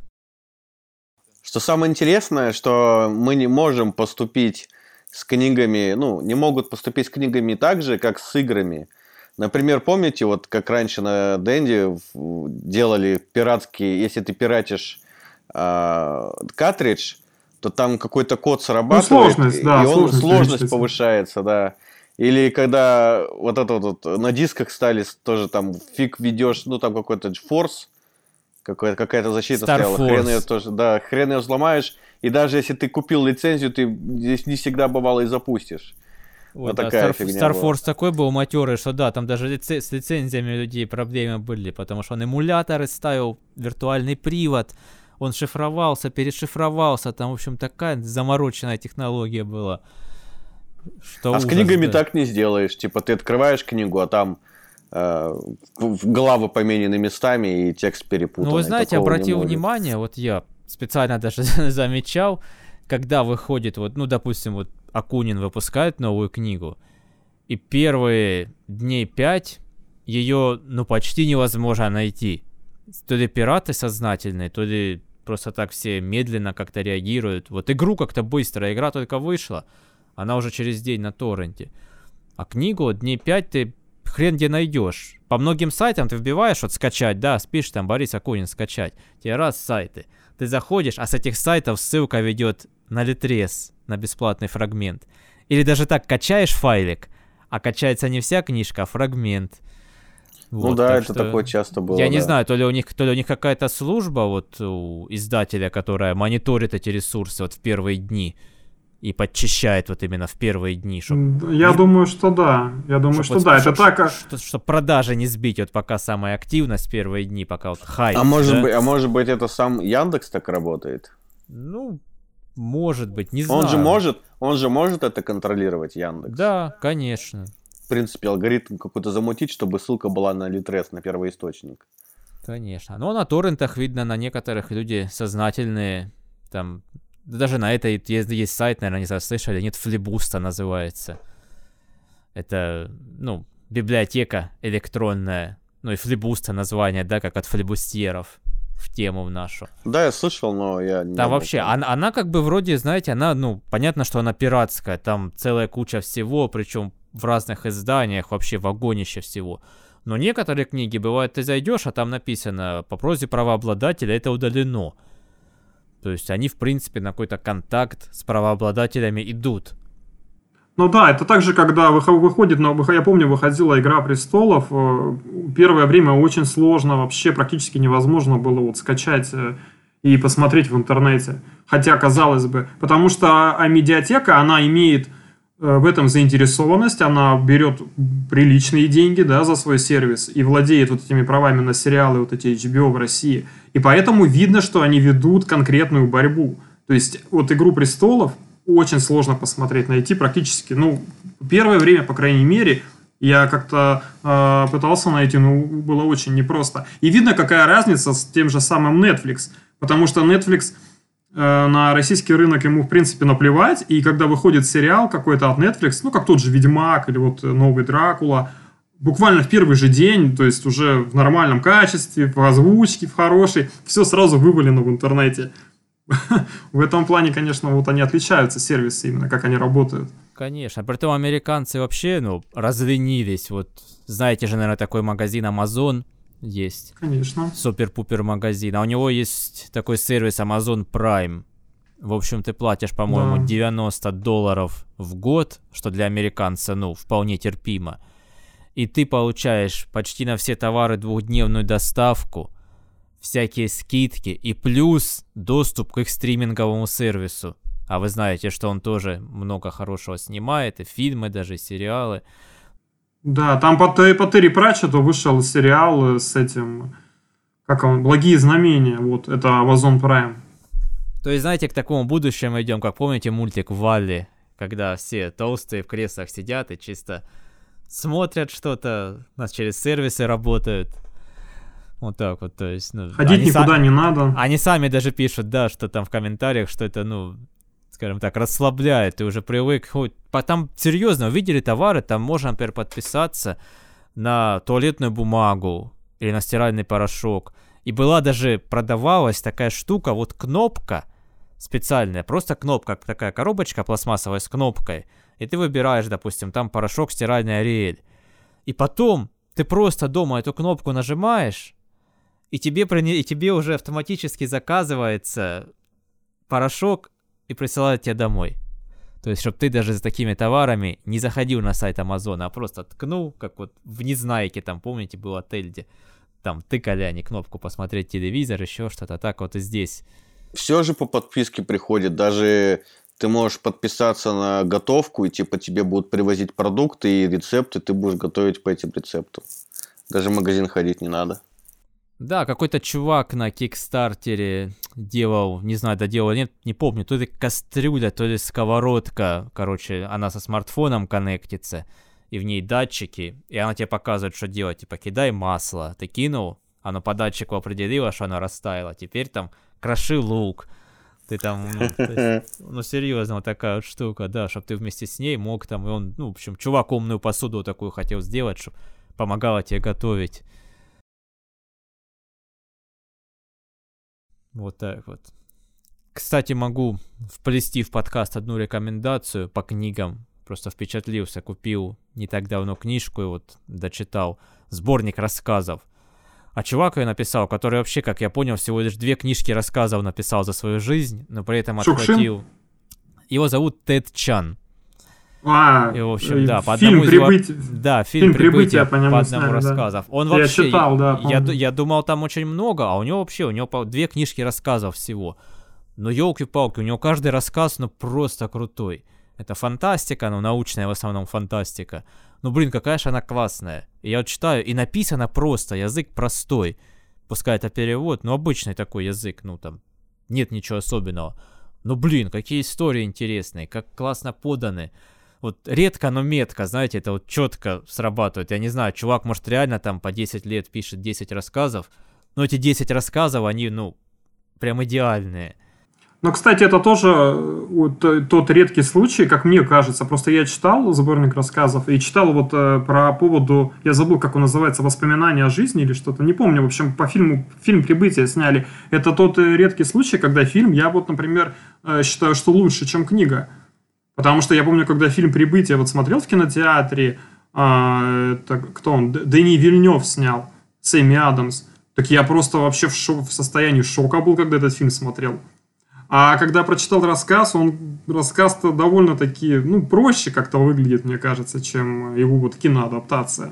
Speaker 2: Что самое интересное, что мы не можем поступить с книгами, ну, не могут поступить с книгами так же, как с играми. Например, помните, вот как раньше на Денди делали пиратские, если ты пиратишь э, картридж, то там какой-то код срабатывает,
Speaker 4: ну, сложность, да,
Speaker 2: и он,
Speaker 4: сложность,
Speaker 2: сложность повышается, да. Или когда вот это вот на дисках стали тоже там фиг ведешь, ну там какой-то форс, какая- какая-то защита
Speaker 1: Star
Speaker 2: стояла,
Speaker 1: Force.
Speaker 2: хрен ее тоже, да, хрен ее взломаешь, и даже если ты купил лицензию, ты здесь не всегда бывало и запустишь.
Speaker 1: Вот,
Speaker 2: Вот
Speaker 1: да,
Speaker 2: такая
Speaker 1: Star,
Speaker 2: фигня
Speaker 1: Star
Speaker 2: была.
Speaker 1: Force такой был матерый, что да, там даже лице- с лицензиями людей проблемы были, потому что он эмуляторы ставил, виртуальный привод, он шифровался, перешифровался, там, в общем, такая замороченная технология была. Что
Speaker 2: а
Speaker 1: ужас,
Speaker 2: с книгами
Speaker 1: да.
Speaker 2: так не сделаешь. Типа ты открываешь книгу, а там э, главы поменены местами и текст перепутан.
Speaker 1: Ну, вы знаете, обратил внимание, вот я специально даже замечал, когда выходит, вот, ну, допустим, вот Акунин выпускает новую книгу, и первые дней пять ее, ну, почти невозможно найти. То ли пираты сознательные, то ли просто так все медленно как-то реагируют. Вот игру как-то быстро, игра только вышла, она уже через день на торренте. А книгу дней пять ты хрен где найдешь. По многим сайтам ты вбиваешь, вот скачать, да, спишь там Борис Акунин скачать. Тебе раз сайты. Ты заходишь, а с этих сайтов ссылка ведет на Литрес, на бесплатный фрагмент. Или даже так качаешь файлик, а качается не вся книжка, а фрагмент.
Speaker 2: Ну
Speaker 1: Вот,
Speaker 2: да,
Speaker 1: так
Speaker 2: это
Speaker 1: что
Speaker 2: такое часто было.
Speaker 1: Я не
Speaker 2: да.
Speaker 1: знаю, то ли у них, то ли у них какая-то служба вот у издателя, которая мониторит эти ресурсы вот в первые дни, и подчищает вот именно в первые дни, чтобы...
Speaker 4: Я думаю, что да. Я думаю, что
Speaker 1: вот,
Speaker 4: да.
Speaker 1: чтоб,
Speaker 4: Это так, как...
Speaker 1: Чтобы чтоб продажи не сбить, вот пока самая активность первые дни, пока вот хайп.
Speaker 2: А может,
Speaker 1: да?
Speaker 2: быть, а может быть, это сам Яндекс так работает?
Speaker 1: Ну, может быть, не знаю.
Speaker 2: Он же может, он же может это контролировать, Яндекс.
Speaker 1: Да, конечно.
Speaker 2: В принципе, алгоритм какой-то замутить, чтобы ссылка была на Литрес, на первоисточник.
Speaker 1: Конечно. Но на торрентах, видно, на некоторых люди сознательные, там, даже на этой есть, есть сайт, наверное, не знаю, слышали, нет, Флибуста называется. Это, ну, библиотека электронная, ну и Флибуста название, да, как от флибустьеров в тему в нашу.
Speaker 2: Да, я слышал, но я не...
Speaker 1: Там вообще, она, она как бы вроде, знаете, она, ну, понятно, что она пиратская, там целая куча всего, причем в разных изданиях, вообще вагонище всего. Но некоторые книги, бывает, ты зайдешь, а там написано, по просьбе правообладателя это удалено. То есть они, в принципе, на какой-то контакт с правообладателями идут.
Speaker 4: Ну да, это так же, когда выходит, я помню, выходила «Игра престолов», первое время очень сложно, вообще практически невозможно было вот скачать и посмотреть в интернете. Хотя, казалось бы, потому что а медиатека, она имеет в этом заинтересованность, она берет приличные деньги, да, за свой сервис и владеет вот этими правами на сериалы, вот эти эйч би о в России. И поэтому видно, что они ведут конкретную борьбу. То есть вот «Игру престолов» очень сложно посмотреть, найти практически, ну, первое время, по крайней мере, я как-то э, пытался найти, но было очень непросто. И видно, какая разница с тем же самым Netflix, потому что Netflix э, на российский рынок ему, в принципе, наплевать, и когда выходит сериал какой-то от Netflix, ну, как тот же «Ведьмак» или вот новый «Дракула», буквально в первый же день, то есть уже в нормальном качестве, в озвучке, в хорошей, все сразу вывалено в интернете. В этом плане, конечно, вот они отличаются, сервисы, именно как они работают.
Speaker 1: Конечно, притом американцы вообще, ну, разленились. Вот знаете же, наверное, такой магазин Amazon есть.
Speaker 4: Конечно.
Speaker 1: Супер-пупер магазин. А у него есть такой сервис Amazon Prime. В общем, ты платишь, по-моему, да. девяносто долларов в год, что для американца, ну, вполне терпимо. И ты получаешь почти на все товары двухдневную доставку, всякие скидки и плюс доступ к их стриминговому сервису. А вы знаете, что он тоже много хорошего снимает, и фильмы, даже и сериалы.
Speaker 4: Да, там по, по Терри Пратчетту вышел сериал с этим, как он, «Благие знамения», вот, это Amazon Prime.
Speaker 1: То есть, знаете, к такому будущему идем, как помните мультик «Валли», когда все толстые в креслах сидят и чисто смотрят что-то, у нас через сервисы работают. Вот так вот, то есть, ну...
Speaker 4: Ходить никуда
Speaker 1: сами,
Speaker 4: не надо.
Speaker 1: Они сами даже пишут, да, что там в комментариях, что это, ну, скажем так, расслабляет, ты уже привык. Хоть, там, серьезно, увидели товары, там можно, например, подписаться на туалетную бумагу или на стиральный порошок. И была даже, продавалась такая штука, вот кнопка специальная, просто кнопка, такая коробочка пластмассовая с кнопкой. И ты выбираешь, допустим, там порошок стиральный Ариэль. И потом ты просто дома эту кнопку нажимаешь, И тебе, и тебе уже автоматически заказывается порошок и присылают тебе домой. То есть, чтобы ты даже с такими товарами не заходил на сайт Амазона, а просто ткнул, как вот в Незнайке, там, помните, был отель, где там тыкали они кнопку посмотреть телевизор, еще что-то, так вот и здесь.
Speaker 2: Все же по подписке приходит, даже ты можешь подписаться на готовку, и типа тебе будут привозить продукты и рецепты, ты будешь готовить по этим рецептам. Даже в магазин ходить не надо.
Speaker 1: Да, какой-то чувак на Кикстартере делал, не знаю, доделал, нет, не помню, то ли кастрюля, то ли сковородка, короче, она со смартфоном коннектится, и в ней датчики, и она тебе показывает, что делать, типа, кидай масло, ты кинул, оно по датчику определило, что оно растаяло, теперь там кроши лук, ты там, ну, есть, ну, серьезно, вот такая вот штука, да, чтобы ты вместе с ней мог там, и он, ну, в общем, чувак умную посуду такую хотел сделать, чтобы помогала тебе готовить. Вот так вот. Кстати, могу вплести в подкаст одну рекомендацию по книгам. Просто впечатлился, купил не так давно книжку и вот дочитал. Сборник рассказов. А чувак ее написал, который вообще, как я понял, всего лишь две книжки рассказов написал за свою жизнь, но при этом отхватил... Его зовут Тед Чан.
Speaker 4: А,
Speaker 1: и, в общем, да, по
Speaker 4: фильм
Speaker 1: одному
Speaker 4: «Прибытие».
Speaker 1: Его... Да, фильм, фильм «Прибытие», по, по одному
Speaker 4: сняли,
Speaker 1: рассказов.
Speaker 4: Да.
Speaker 1: Он
Speaker 4: я
Speaker 1: вообще...
Speaker 4: читал, да.
Speaker 1: Я, я думал, там очень много, а у него вообще, у него две книжки рассказов всего. Но елки-палки, у него каждый рассказ, ну, просто крутой. Это фантастика, ну, научная в основном фантастика. Ну, блин, какая же она классная. И я вот читаю, и написано просто, язык простой. Пускай это перевод, но обычный такой язык, ну, там, нет ничего особенного. Ну, блин, какие истории интересные, как классно поданы. Вот редко, но метко, знаете, это вот четко срабатывает. Я не знаю, чувак, может, реально там по десять лет пишет десять рассказов, но эти десять рассказов, они, ну, прям идеальные.
Speaker 4: Но, кстати, это тоже вот тот редкий случай, как мне кажется. Просто я читал сборник рассказов и читал вот э, про поводу, я забыл, как он называется, «Воспоминания о жизни» или что-то, не помню. В общем, по фильму, фильм «Прибытие» сняли. Это тот редкий случай, когда фильм, я вот, например, э, считаю, что лучше, чем книга. Потому что я помню, когда фильм «Прибытие» вот смотрел в кинотеатре, э, это, кто он, Дэни Вильнёв снял, с Эми Адамс. Так я просто вообще в, шо- в состоянии шока был, когда этот фильм смотрел. А когда прочитал рассказ, он рассказ-то довольно-таки, ну, проще как-то выглядит, мне кажется, чем его вот киноадаптация.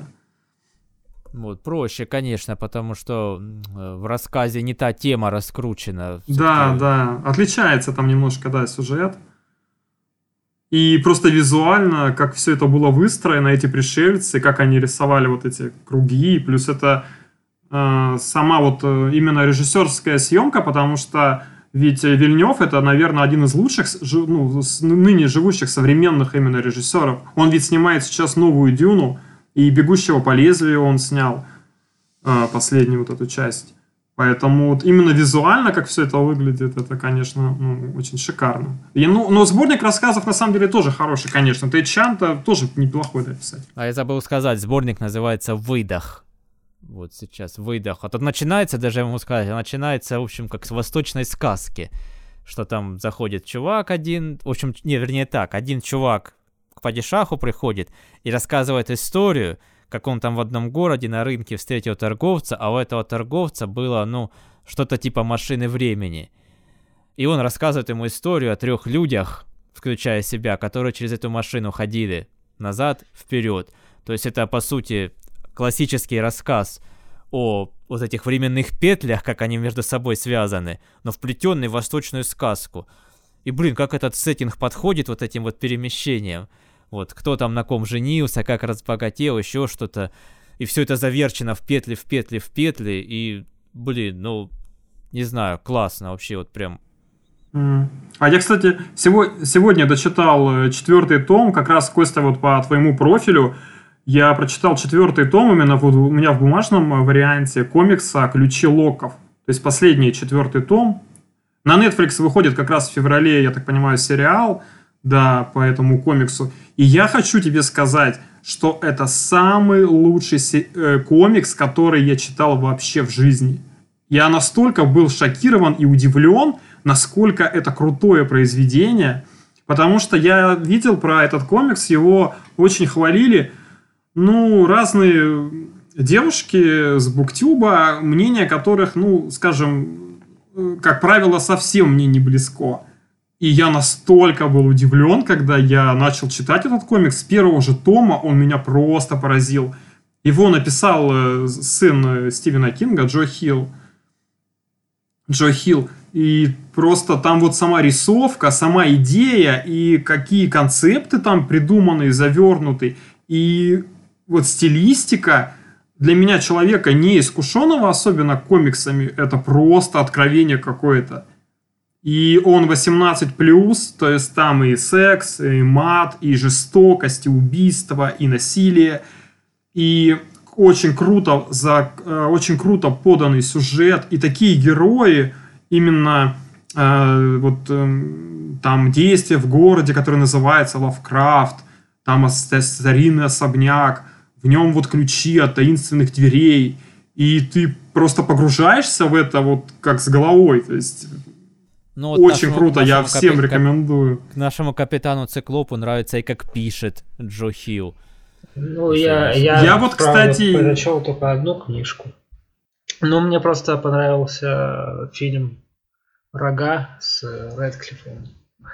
Speaker 1: Вот, проще, конечно, потому что в рассказе не та тема раскручена.
Speaker 4: Да, да, отличается там немножко, да, сюжет. И просто визуально, как все это было выстроено, эти пришельцы, как они рисовали вот эти круги, плюс это э, сама вот э, именно режиссерская съемка, потому что ведь Вильнёв это, наверное, один из лучших, ну, ныне живущих современных именно режиссеров. Он ведь снимает сейчас новую «Дюну», и «Бегущего по лезвию» он снял, э, последнюю вот эту часть. Поэтому вот именно визуально, как все это выглядит, это, конечно, ну, очень шикарно. И, ну, но сборник рассказов, на самом деле, тоже хороший, конечно. Тэ Чан-то тоже неплохой написать.
Speaker 1: А я забыл сказать, сборник называется «Выдох». Вот сейчас выдох. А тут начинается, даже я могу сказать, начинается, в общем, как с восточной сказки. Что там заходит чувак один, в общем, не, вернее так, один чувак к падишаху приходит и рассказывает историю, как он там в одном городе на рынке встретил торговца, а у этого торговца было, ну, что-то типа машины времени. И он рассказывает ему историю о трех людях, включая себя, которые через эту машину ходили назад, вперед. То есть это, по сути, классический рассказ о вот этих временных петлях, как они между собой связаны, но вплетенный в восточную сказку. И, блин, как этот сеттинг подходит вот этим вот перемещениям. Вот, кто там на ком женился, как разбогател, еще что-то. И все это заверчено в петли, в петли, в петли. И, блин, ну, не знаю, классно вообще, вот прям.
Speaker 4: Mm. А я, кстати, сего- сегодня дочитал четвертый том, как раз, Костя, вот по твоему профилю. Я прочитал четвертый том именно вот у меня в бумажном варианте комикса «Ключи Локов». То есть последний четвертый том. На Netflix выходит как раз в феврале, я так понимаю, сериал, да, по этому комиксу. И я хочу тебе сказать, что это самый лучший се- э, комикс, который я читал вообще в жизни. Я настолько был шокирован и удивлен, насколько это крутое произведение, потому что я видел про этот комикс, его очень хвалили, ну, разные девушки с буктюба, мнение которых, ну, скажем, как правило, совсем мне не близко. И я настолько был удивлен, когда я начал читать этот комикс. С первого же тома он меня просто поразил. Его написал сын Стивена Кинга, Джо Хилл. Джо Хилл. И просто там вот сама рисовка, сама идея, и какие концепты там придуманы, завернуты. И вот стилистика для меня, человека не искушенного, особенно комиксами, это просто откровение какое-то. И он восемнадцать плюс, то есть там и секс, и мат, и жестокость, и убийство, и насилие. И очень круто, за, очень круто поданный сюжет. И такие герои, именно э, вот э, там действия в городе, который называется Лавкрафт, там старинный особняк, в нем вот ключи от таинственных дверей. И ты просто погружаешься в это вот как с головой, то есть... Ну, вот очень нашему, круто, я всем капи- рекомендую.
Speaker 1: К нашему капитану Циклопу нравится и как пишет Джо Хилл.
Speaker 5: Ну, я, я,
Speaker 4: я вот, кстати...
Speaker 5: прочел только одну книжку. Но мне просто понравился фильм «Рога» с Рэдклиффом.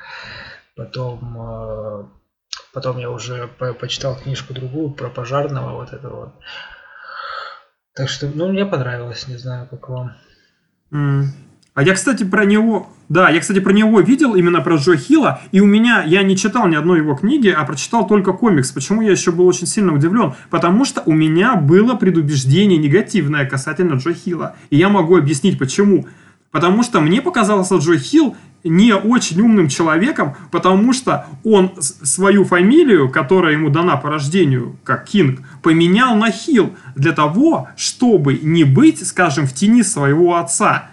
Speaker 5: Потом, потом я уже почитал книжку другую про пожарного вот этого вот. Так что, ну, мне понравилось, не знаю, как вам.
Speaker 4: Mm. А я, кстати, про него... Да, я, кстати, про него видел, именно про Джо Хилла, и у меня... Я не читал ни одной его книги, а прочитал только комикс. Почему я еще был очень сильно удивлен? Потому что у меня было предубеждение негативное касательно Джо Хилла. И я могу объяснить, почему. Потому что мне показался Джо Хилл не очень умным человеком, потому что он свою фамилию, которая ему дана по рождению, как Кинг, поменял на Хилл для того, чтобы не быть, скажем, в тени своего отца.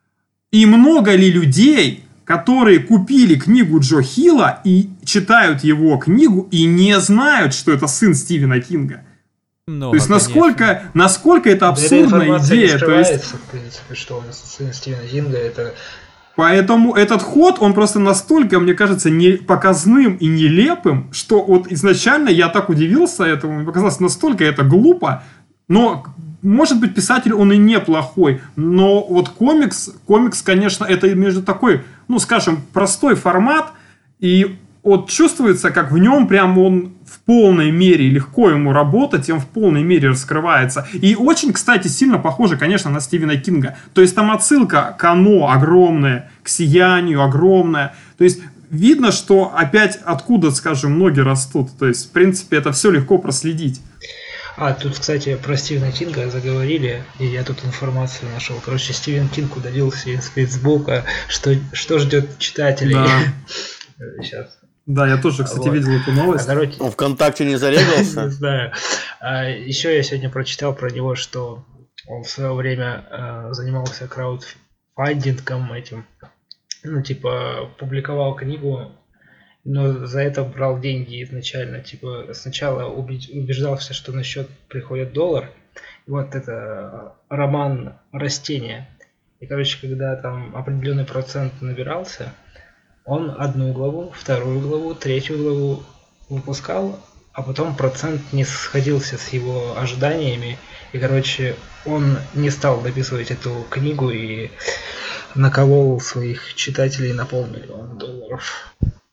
Speaker 4: И много ли людей, которые купили книгу Джо Хилла и читают его книгу и не знают, что это сын Стивена Кинга?
Speaker 1: Много,
Speaker 4: то есть насколько, насколько это абсурдная идея. То есть,
Speaker 5: в принципе, что он сын Стивена Кинга, это...
Speaker 4: Поэтому этот ход, он просто настолько, мне кажется, не показным и нелепым, что вот изначально я так удивился этому, мне показалось настолько это глупо, но, может быть, писатель он и неплохой, но вот комикс, комикс, конечно, это между такой, ну, скажем, простой формат, и вот чувствуется, как в нем прям он в полной мере, легко ему работать, и он в полной мере раскрывается. И очень, кстати, сильно похоже, конечно, на Стивена Кинга. То есть там отсылка к «Оно» огромная, к «Сиянию» огромная. То есть видно, что опять откуда, скажем, ноги растут. То есть, в принципе, это все легко проследить.
Speaker 5: А, тут, кстати, про Стивена Кинга заговорили, и я тут информацию нашел. Короче, Стивен Кинг удалился из Фейсбука, что, что ждет читателей.
Speaker 4: Да.
Speaker 5: Сейчас.
Speaker 4: Да, я тоже, кстати, вот. видел эту новость.
Speaker 2: А, короче... Он ВКонтакте не зарегался?
Speaker 5: Не знаю. А, еще я сегодня прочитал про него, что он в свое время а, занимался краудфандингом этим. Ну, типа, публиковал книгу, но за это брал деньги изначально. Типа, сначала убеждался, что на счет приходит доллар. Вот это роман «Растения». И, короче, когда там определенный процент набирался, он одну главу, вторую главу, третью главу выпускал, а потом процент не сходился с его ожиданиями. И, короче, он не стал дописывать эту книгу и наколол своих читателей на полмиллиона долларов.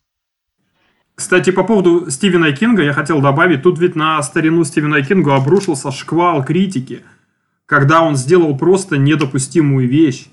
Speaker 4: Кстати, по поводу Стивена Кинга я хотел добавить, тут ведь на старину Стивена Кинга обрушился шквал критики, когда он сделал просто недопустимую вещь.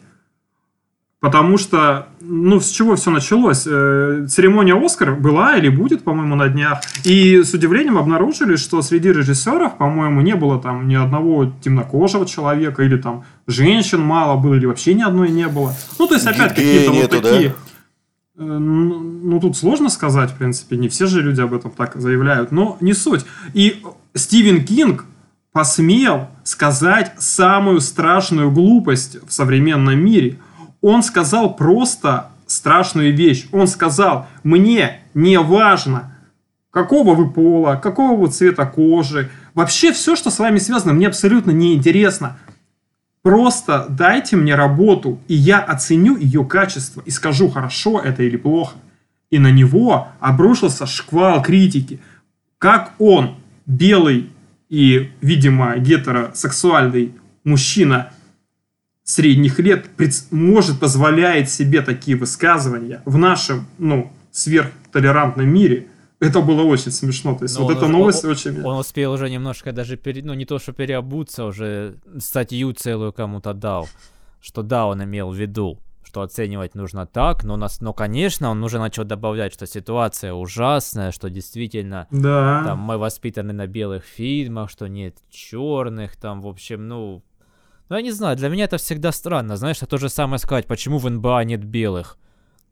Speaker 4: Потому что, ну, с чего все началось? Э, церемония «Оскар» была или будет, по-моему, на днях. И с удивлением обнаружили, что среди режиссеров, по-моему, не было там ни одного темнокожего человека, или там женщин мало было, или вообще ни одной не было. Ну, то есть, опять какие-то вот такие... Да? Э, ну, тут сложно сказать, в принципе. Не все же люди об этом так заявляют. Но не суть. И Стивен Кинг посмел сказать самую страшную глупость в современном мире. Он сказал просто страшную вещь. Он сказал: мне не важно, какого вы пола, какого вы цвета кожи. Вообще все, что с вами связано, мне абсолютно не интересно. Просто дайте мне работу, и я оценю ее качество и скажу, хорошо это или плохо. И на него обрушился шквал критики. Как он, белый и, видимо, гетеросексуальный мужчина средних лет, может, позволяет себе такие высказывания в нашем, ну, сверхтолерантном мире. Это было очень смешно. То есть, но вот эта новость
Speaker 1: он,
Speaker 4: очень...
Speaker 1: Он успел уже немножко даже, пере... ну, не то, что переобуться, уже статью целую кому-то дал, что да, он имел в виду, что оценивать нужно так, но, нас... но конечно, он уже начал добавлять, что ситуация ужасная, что действительно,
Speaker 4: да.
Speaker 1: Там, мы воспитаны на белых фильмах, что нет черных, там, в общем, ну... Ну, я не знаю, для меня это всегда странно, знаешь, это то же самое сказать, почему в эн бэ а нет белых?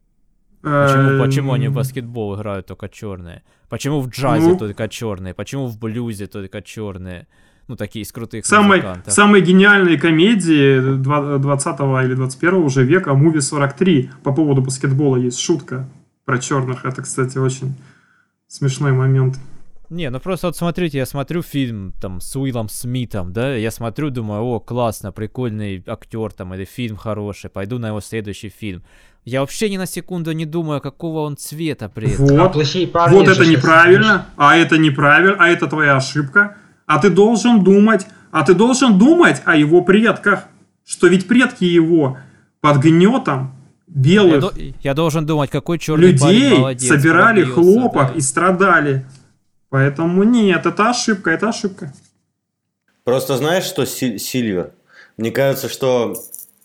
Speaker 1: Почему, почему они в баскетбол играют только черные? Почему в джазе ну, только черные? Почему в блюзе только черные? Ну, такие из крутых
Speaker 4: самой,
Speaker 1: музыкантов.
Speaker 4: Самые гениальные комедии двадцатого или двадцать первого уже века, Movie сорок три, по поводу баскетбола есть шутка про черных. Это, кстати, очень смешной момент.
Speaker 1: Не, ну просто вот смотрите, я смотрю фильм там с Уиллом Смитом, да, я смотрю, думаю, о, классно, прикольный актер там, или фильм хороший, пойду на его следующий фильм. Я вообще ни на секунду не думаю, какого он цвета при этом.
Speaker 4: Вот, а вот это неправильно, а это неправильно, а это твоя ошибка. А ты должен думать, а ты должен думать о его предках, что ведь предки его под гнетом белых
Speaker 1: я, до, я должен думать, какой черный
Speaker 4: людей
Speaker 1: молодец,
Speaker 4: собирали
Speaker 1: пробился,
Speaker 4: хлопок
Speaker 1: да.
Speaker 4: и страдали. Поэтому нет, это ошибка, это ошибка.
Speaker 2: Просто знаешь, что Сильвер? Мне кажется, что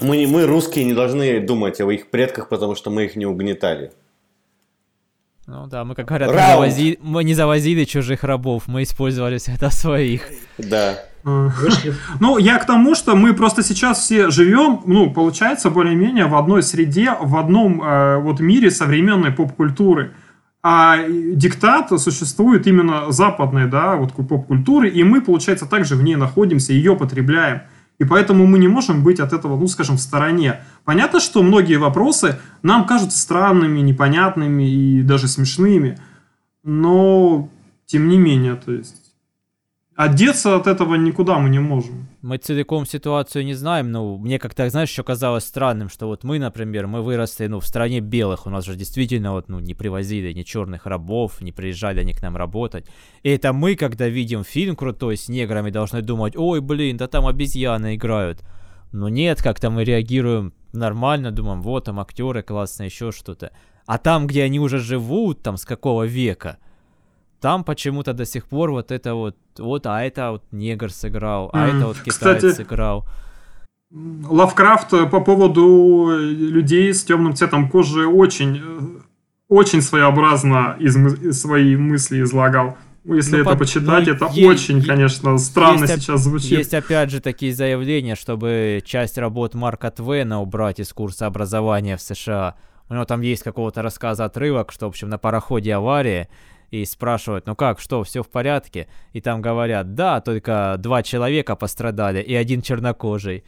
Speaker 2: Мы, не, мы, русские, не должны думать о их предках, потому что мы их не угнетали.
Speaker 1: Ну да, мы, как говорят, не завози... мы не завозили чужих рабов, мы использовали всегда своих.
Speaker 2: Да.
Speaker 4: Ну, я к тому, что мы просто сейчас все живем, ну, получается, более-менее в одной среде, в одном э, вот мире современной поп-культуры. А диктат существует именно западной, да, вот поп-культуры, и мы, получается, также в ней находимся, ее потребляем. И поэтому мы не можем быть от этого, ну, скажем, в стороне. Понятно, что многие вопросы нам кажутся странными, непонятными и даже смешными, но тем не менее, то есть отдеться от этого никуда мы не можем.
Speaker 1: Мы целиком ситуацию не знаем, но мне как-то, знаешь, еще казалось странным, что вот мы, например, мы выросли, ну, в стране белых, у нас же действительно вот, ну, не привозили ни черных рабов, не приезжали они к нам работать. И это мы, когда видим фильм крутой с неграми, должны думать: ой, блин, да там обезьяны играют. Но нет, как-то мы реагируем нормально, думаем: вот там актеры классные, еще что-то. А там, где они уже живут, там с какого века, там почему-то до сих пор вот это вот, вот, а это вот негр сыграл, а mm. это вот китаец Кстати, сыграл.
Speaker 4: Лавкрафт по поводу людей с темным цветом кожи очень, очень своеобразно из, из свои мысли излагал. Если ну, это под... почитать, ну, это е- очень, е- конечно, странно есть, сейчас звучит.
Speaker 1: Есть опять же такие заявления, чтобы часть работ Марка Твена убрать из курса образования в США. У него там есть какого-то рассказа отрывок, что, в общем, на пароходе авария, и спрашивают: ну как, что, все в порядке? И там говорят: да, только два человека пострадали и один чернокожий.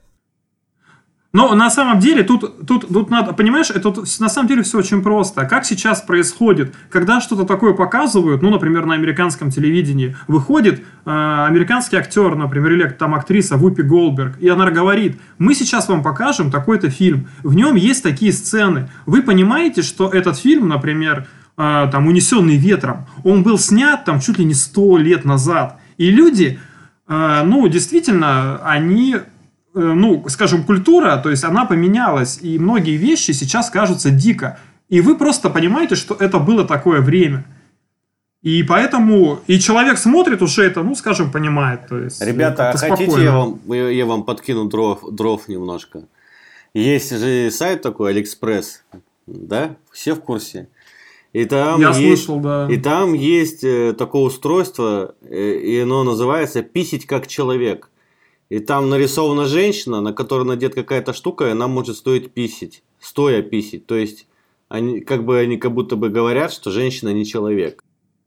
Speaker 4: Но на самом деле тут, тут, тут надо, понимаешь, это тут, на самом деле все очень просто. Как сейчас происходит, когда что-то такое показывают, ну, например, на американском телевидении, выходит э, американский актер, например, или там актриса Вупи Голдберг, и она говорит: мы сейчас вам покажем такой-то фильм, в нем есть такие сцены. Вы понимаете, что этот фильм, например, э, там, «Унесенный ветром», он был снят там чуть ли не сто лет назад. И люди, э, ну, действительно, они... ну, скажем, культура, то есть она поменялась, и многие вещи сейчас кажутся дико. И вы просто понимаете, что это было такое время. И поэтому и человек смотрит уже это, ну, скажем, понимает. То есть,
Speaker 2: ребята, а хотите я вам, я вам подкину дров, дров немножко? Есть же сайт такой, Алиэкспресс, да? Все в курсе? И там
Speaker 4: я
Speaker 2: есть,
Speaker 4: слышал, да.
Speaker 2: И там есть такое устройство, и оно называется «Писить как человек». И там нарисована женщина, на которой надета какая-то штука, и она может стоить писить, стоя писить. То есть, они как бы они как будто бы говорят, что женщина не человек.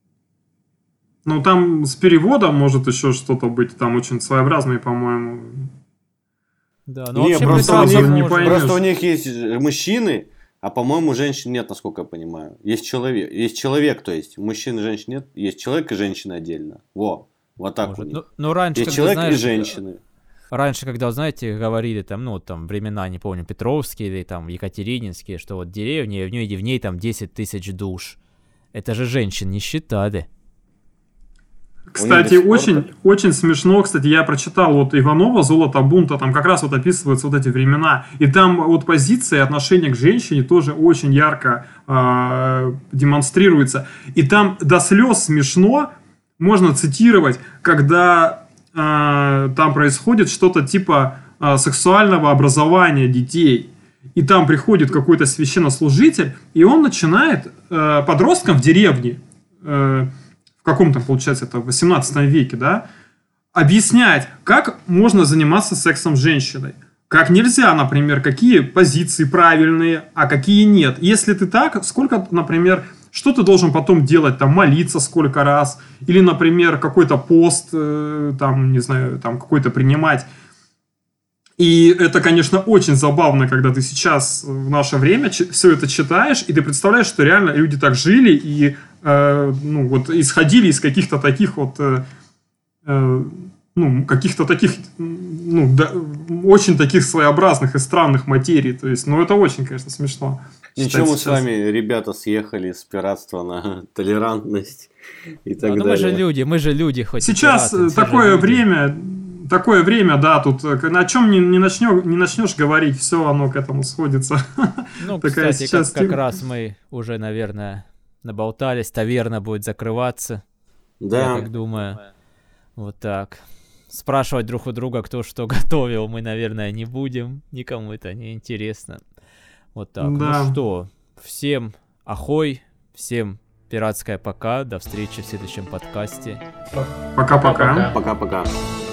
Speaker 4: Ну, там с переводом может еще что-то быть, там очень своеобразные, по-моему.
Speaker 1: Да, ну
Speaker 2: не,
Speaker 1: вообще
Speaker 2: просто, у них,
Speaker 4: не
Speaker 2: просто у них есть мужчины, а, по-моему, женщин нет, насколько я понимаю. Есть человек, есть человек, то есть мужчин и женщин нет, есть человек и женщина отдельно. Во, вот так
Speaker 1: может.
Speaker 2: у них.
Speaker 1: Ну, ну, раньше,
Speaker 2: есть человек
Speaker 1: знаешь,
Speaker 2: и женщины.
Speaker 1: Раньше, когда, знаете, говорили там, ну, там, времена, не помню, Петровские или там Екатерининские, что вот деревня, и в ней, и в ней там десять тысяч душ. Это же женщин не считали.
Speaker 4: Кстати, очень, очень смешно, кстати, я прочитал вот Иванова «Золото бунта», там как раз вот описываются вот эти времена, и там вот позиция и отношение к женщине тоже очень ярко э, демонстрируется. И там до слез смешно, можно цитировать, когда... там происходит что-то типа а, сексуального образования детей. И там приходит какой-то священнослужитель, и он начинает э, подросткам в деревне, э, в каком-то, получается, это в восемнадцатом веке, да, объяснять, как можно заниматься сексом с женщиной. Как нельзя, например, какие позиции правильные, а какие нет. Если ты так, сколько, например... Что ты должен потом делать, там, молиться сколько раз, или, например, какой-то пост, э, там, не знаю, там, какой-то принимать. И это, конечно, очень забавно, когда ты сейчас, в наше время, ч- все это читаешь, и ты представляешь, что реально люди так жили, и, э, ну, вот, исходили из каких-то таких вот, э, э, ну, каких-то таких, ну, да, очень таких своеобразных и странных материй. То есть, ну, это очень, конечно, смешно.
Speaker 2: Ничего, мы сейчас... с вами, ребята, съехали с пиратства на толерантность и так
Speaker 1: да,
Speaker 2: далее.
Speaker 1: Мы же люди, мы же люди, хоть
Speaker 4: сейчас
Speaker 1: пираты,
Speaker 4: такое время, такое время, да, тут на чем не, не, начнешь, не начнешь говорить, все оно к этому сходится.
Speaker 1: Ну, Такая кстати, сейчас... как, как раз мы уже, наверное, наболтались, таверна будет закрываться.
Speaker 2: Да.
Speaker 1: Я так думаю. Вот так. спрашивать друг у друга, кто что готовил, мы, наверное, не будем. Никому это не интересно. Вот так.
Speaker 4: Да.
Speaker 1: Ну что, всем ахой, всем пиратское пока. До встречи в следующем подкасте.
Speaker 4: Пока-пока.
Speaker 2: Пока-пока.